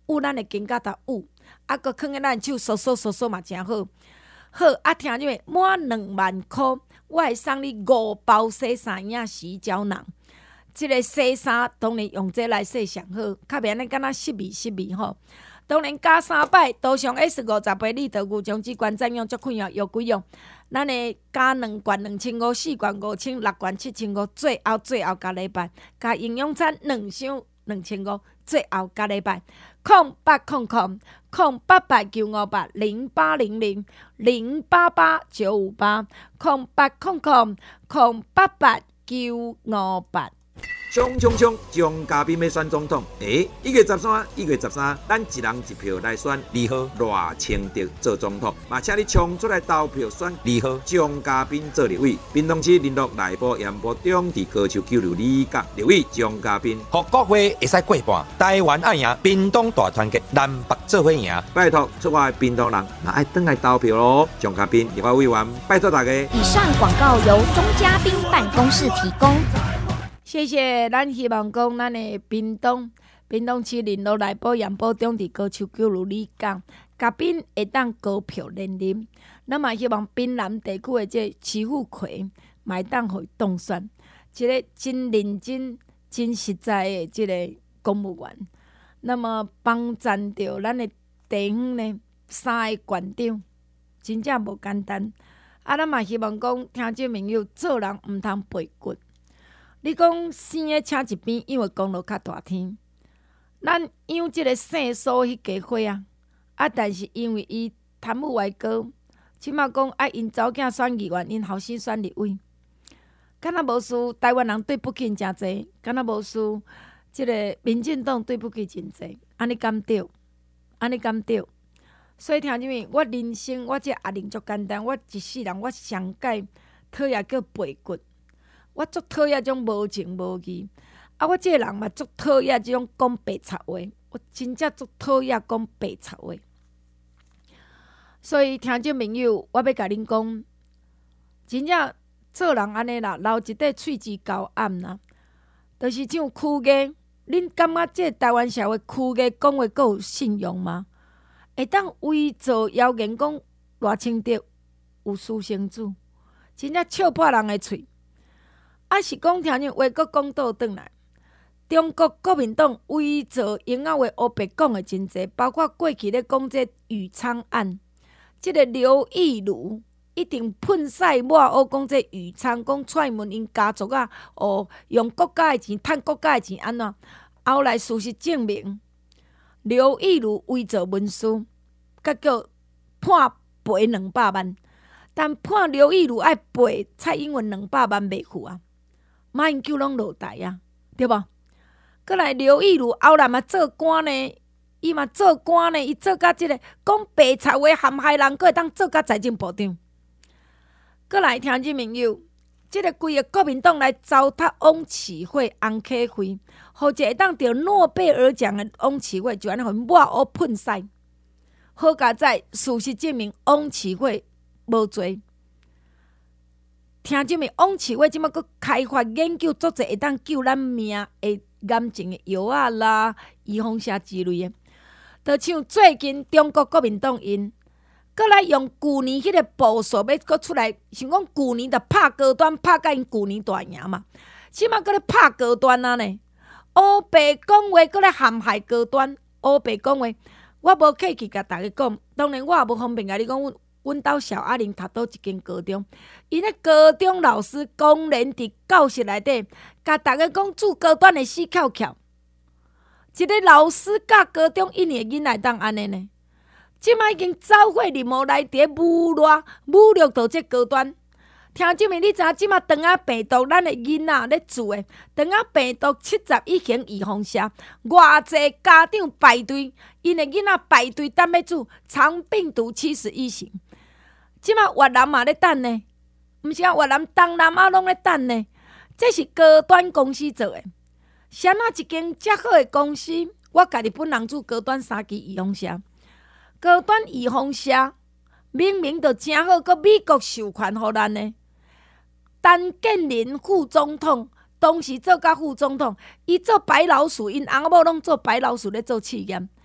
捂咱的肩胛头捂，啊，搁囥喺咱手搔搔搔搔嘛，诚好。好，啊，听众满两万箍，我会送你五包洗衫影洗胶囊。即个洗衫当然用这来洗上好，较免咧敢若湿味湿味吼。当然加三摆，涂上 S 五十倍利得牛浆子罐占用足困用又几用。咱会加两罐两千五，四罐五千，六罐七千五，最后最后加礼拜加营养餐两箱两千五，最后加礼拜。空八空空空八八九五八零八零零零八八九五八空八空空空八八九五八。 冲冲冲！张嘉宾要选总统，诶，一月十三，一月十三，咱一人一票来选二号赖清德做总统，嘛，请你冲出来投票选二号张嘉宾做立委。屏东市林落内部盐埔中地高球九六里港立委张嘉宾， 互国会会使过半，台湾爱赢，屏东大团结，南北做伙赢。 拜托，出外的屏东人，嘛爱转来投票咯。张嘉宾立法委员，拜托大家。 以上广告由钟嘉宾办公室提供。 谢谢，咱希望讲咱的屏东，屏东市林落内埔盐埔中地高球九六里港，嘉宾会当高票连任。咱嘛希望滨南地区的这徐富奎，嘛会当互伊当选，一个真认真、真实在的这个公务员。那么帮赞着咱的地方呢，三个县长，真正无简单。啊，咱嘛希望讲听众朋友做人毋通背骨。你讲生个请一边，因为公路较大天，咱养即个姓苏迄家伙啊，啊，但是因为伊贪污歪高，即码讲爱因查某囝选议员，因后生选立委，敢若无输台湾人对不起真济，敢若无输即个民进党对不起真济，安尼敢对？安尼敢对？所以听众们，我人生我即个压力足简单，我一世人我上界讨厌叫背骨。我足讨厌种无情无义，啊！我即个人嘛足讨厌即种讲白贼话，我真正足讨厌讲白贼话。所以听众朋友，我要甲恁讲，真正做人安尼啦，留一块喙齿高暗啦，就是像曲艺，恁感觉即个台湾社会曲艺讲话够有信用吗？会当伪造谣言讲赖清德有私生子，真正笑破人的喙。啊，是讲听人话，阁讲倒转来。中国国民党伪造英仔话黑白讲的真济，包括过去咧讲这余昌案，即、这个刘义儒一定喷屎抹黑讲这余昌讲踹门因家族啊，哦用国家的钱趁国家的钱安怎？后来事实证明，刘义儒伪造文书，结果判赔两百万，但判刘义儒爱赔蔡英文两百万袂付啊。马英九拢落台啊，对无？过来刘义儒后来嘛做官呢，伊嘛做官呢，伊做甲即、这个讲白贼话陷害人，佫会当做甲财政部长。过来听众朋友，即、这个规个国民党来糟蹋翁启惠、洪启慧，或者会当得诺贝尔奖的翁启惠，就安尼互抹黑喷屎。好佳在事实证明翁启惠无罪。听即面，汪启伟即摆佫开发研究足侪会当救咱命的癌症的药啊啦、预防啥之类的。就像最近中国国民党因，佫来用旧年迄个步数要佫出来，想讲旧年着拍高端，拍甲因旧年大赢嘛。即摆佫咧拍高端啊呢？乌白讲话佫咧陷害高端，乌白讲话，我无客气甲大家讲，当然我也无方便甲你讲。阮兜小阿玲读倒一间高中，因咧高中老师公然伫教室内底，甲大家讲住高端的死翘翘。一个老师教高中一年的囡仔当安尼呢？即摆已经走火入魔来伫侮辱侮辱到这高端。听即面，你知影即摆肠仔病毒，咱的囡仔咧住的肠仔病毒七十一型预防射，偌济家长排队，因的囡仔排队等要住肠病毒七十一型。即摆越南嘛咧等呢，毋是啊，越南东南亚拢咧等呢。这是高端公司做的，啥物一间遮好的公司，我家己本人做高端三期预防射，高端预防射明明就真好，搁美国授权互咱呢。陈建仁副总统当时做甲副总统，伊做白老鼠，因翁某拢做白老鼠咧做试验。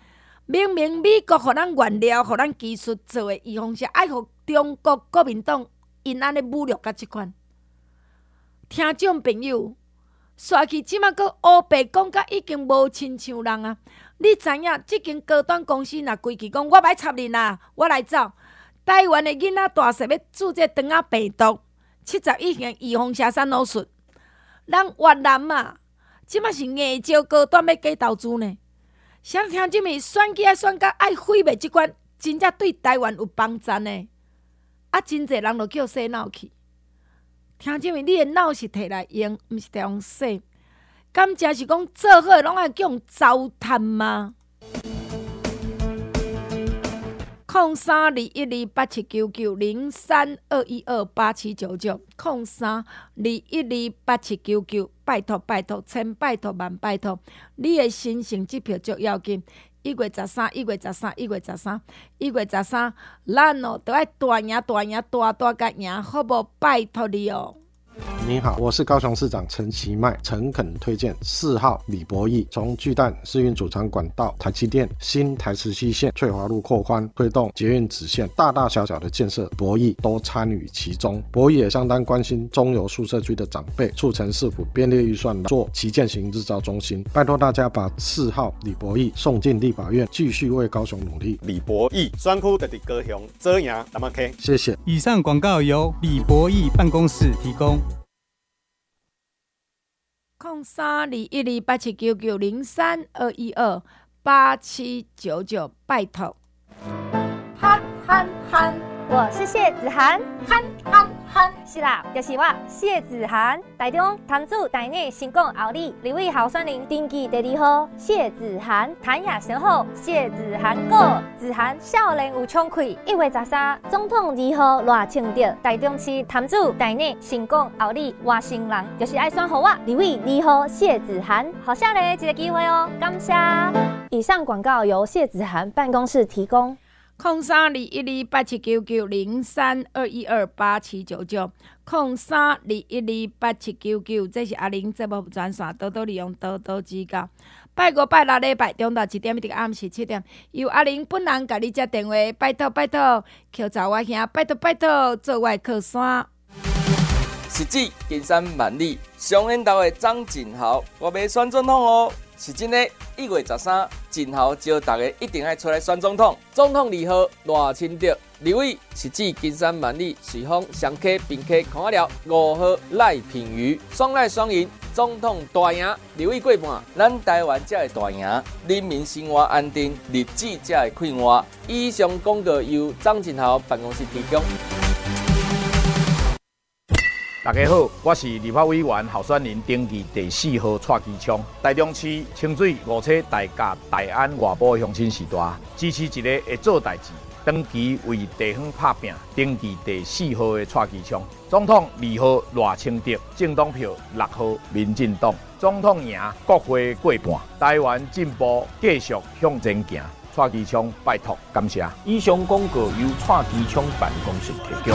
明明美国互咱原料、互咱技术做的预防射，爱互中国国民党因安尼侮辱甲即款。听众朋友，煞去即马个乌白讲甲已经无亲像人啊！你知影即间高端公司若规矩讲，我歹插恁啦，我来走。台湾的囡仔大细要注这肠仔病毒，七十以前预防射三老术，人越南嘛，即马是硬招高端要假投资呢。想听即物选举啊选甲爱毁灭即款，真正对台湾有帮助呢。啊，真侪人就叫洗脑去。听即物，你的脑是摕来用，毋是摕用洗。敢真是讲做好的拢爱叫人糟蹋吗？空三二一二八七九九零三二一二八七九九，空三二一二八七九九，拜托拜托，千拜托万拜托，你的新成绩票足要紧。一月十三，一月十三，一月十三，一月十三，咱哦都爱大赢大赢大大甲赢，好无？拜托你哦。 你好，我是高雄市长陈其迈，诚恳推荐四号李博义，从巨蛋试运主场管道、台积电新台十七线翠华路扩宽，推动捷运支线大大小小的建设，博义都参与其中。博义也相当关心中油宿舍区的长辈，促成市府编列预算做旗舰型日照中心。拜托大家把四号李博义送进立法院，继续为高雄努力。 李博义选区就伫高雄，做赢淡仔溪。 谢谢。 以上广告由李博义办公室提供。 空三二一二八七九九零三二一二八七九九，拜托。 憨憨憨，我是谢子涵，憨憨憨，是啦，就是我谢子涵。台中潭子台内成功后里，立委候选人登记第二号谢子涵，谭雅雄后谢子涵过，子涵少年有冲气。一月十三，总统二号赖清德，台中市潭子台内成功后里外省人，就是爱选好我立委二号谢子涵，好下嘞一个机会哦，感谢。以上广告由谢子涵办公室提供。 空三二一二八七九九零三二一二八七九九，空三二一二八七九九，这是阿玲节目专线，多多利用，多多指教。拜五拜六礼拜中昼一点一直暗时七点，由阿玲本人甲你接电话，拜托拜托，求找我兄，拜托拜托，做我靠山。 实指金山万里，上缘投的张振豪，我要选总统哦。是真的，一月十三，振豪招大家一定要出来选总统。总统二号赖清德，立委是指金山万里、随风双溪并溪康阿寮。五号赖品妤，双赖双赢，总统大赢，立委过半，咱台湾才会大赢，人民生活安定，日子才会快活。以上广告由张振豪办公室提供。 大家好，我是立法委员候选人登记第四号蔡其昌。台中市清水五车大甲大安外埔乡亲时代，支持一个会做代志、长期为地方拍拼、登记第四号的蔡其昌。总统二号赖清德，政党票六号民进党。总统赢，国会过半，台湾进步继续向前行。蔡其昌拜托，感谢。以上广告由蔡其昌办公室提供。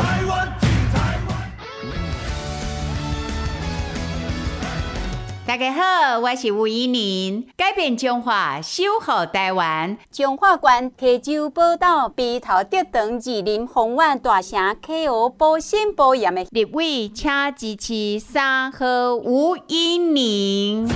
大家好，我是吴怡宁，改变中华，守护台湾。 中华县溪州宝岛鼻头竹塘二林丰苑大城 K O 保险保险的立委，请支持三号吴怡宁。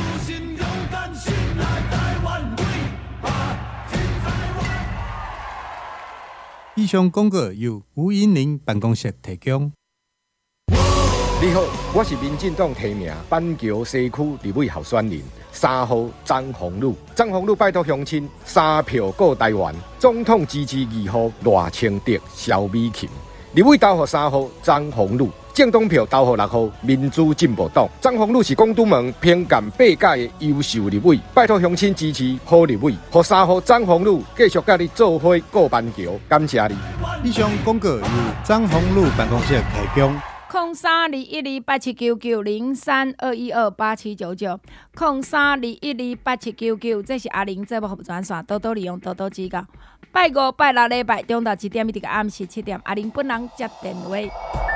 以上广告由吴怡宁办公室提供。 你好，我是民进党提名板桥西区立委候选人三号张宏宇。张宏宇拜托乡亲三票过台湾，总统支持二号赖清德、萧美琴。立委投给三号张宏宇，政党票投给六号民主进步党。张宏宇是广东门偏干八届的优秀立委，拜托乡亲支持好立委，给三号张宏宇继续甲你做伙过板桥，感谢你。 以上广告由张宏宇办公室提供。 空三二一二八七九九零三二一二八七九九，空三二一二八七九九，这是阿玲节目服务专线，多多利用，多多指教。拜五拜六礼拜中昼一点一直暗时七点，阿玲本人接电话。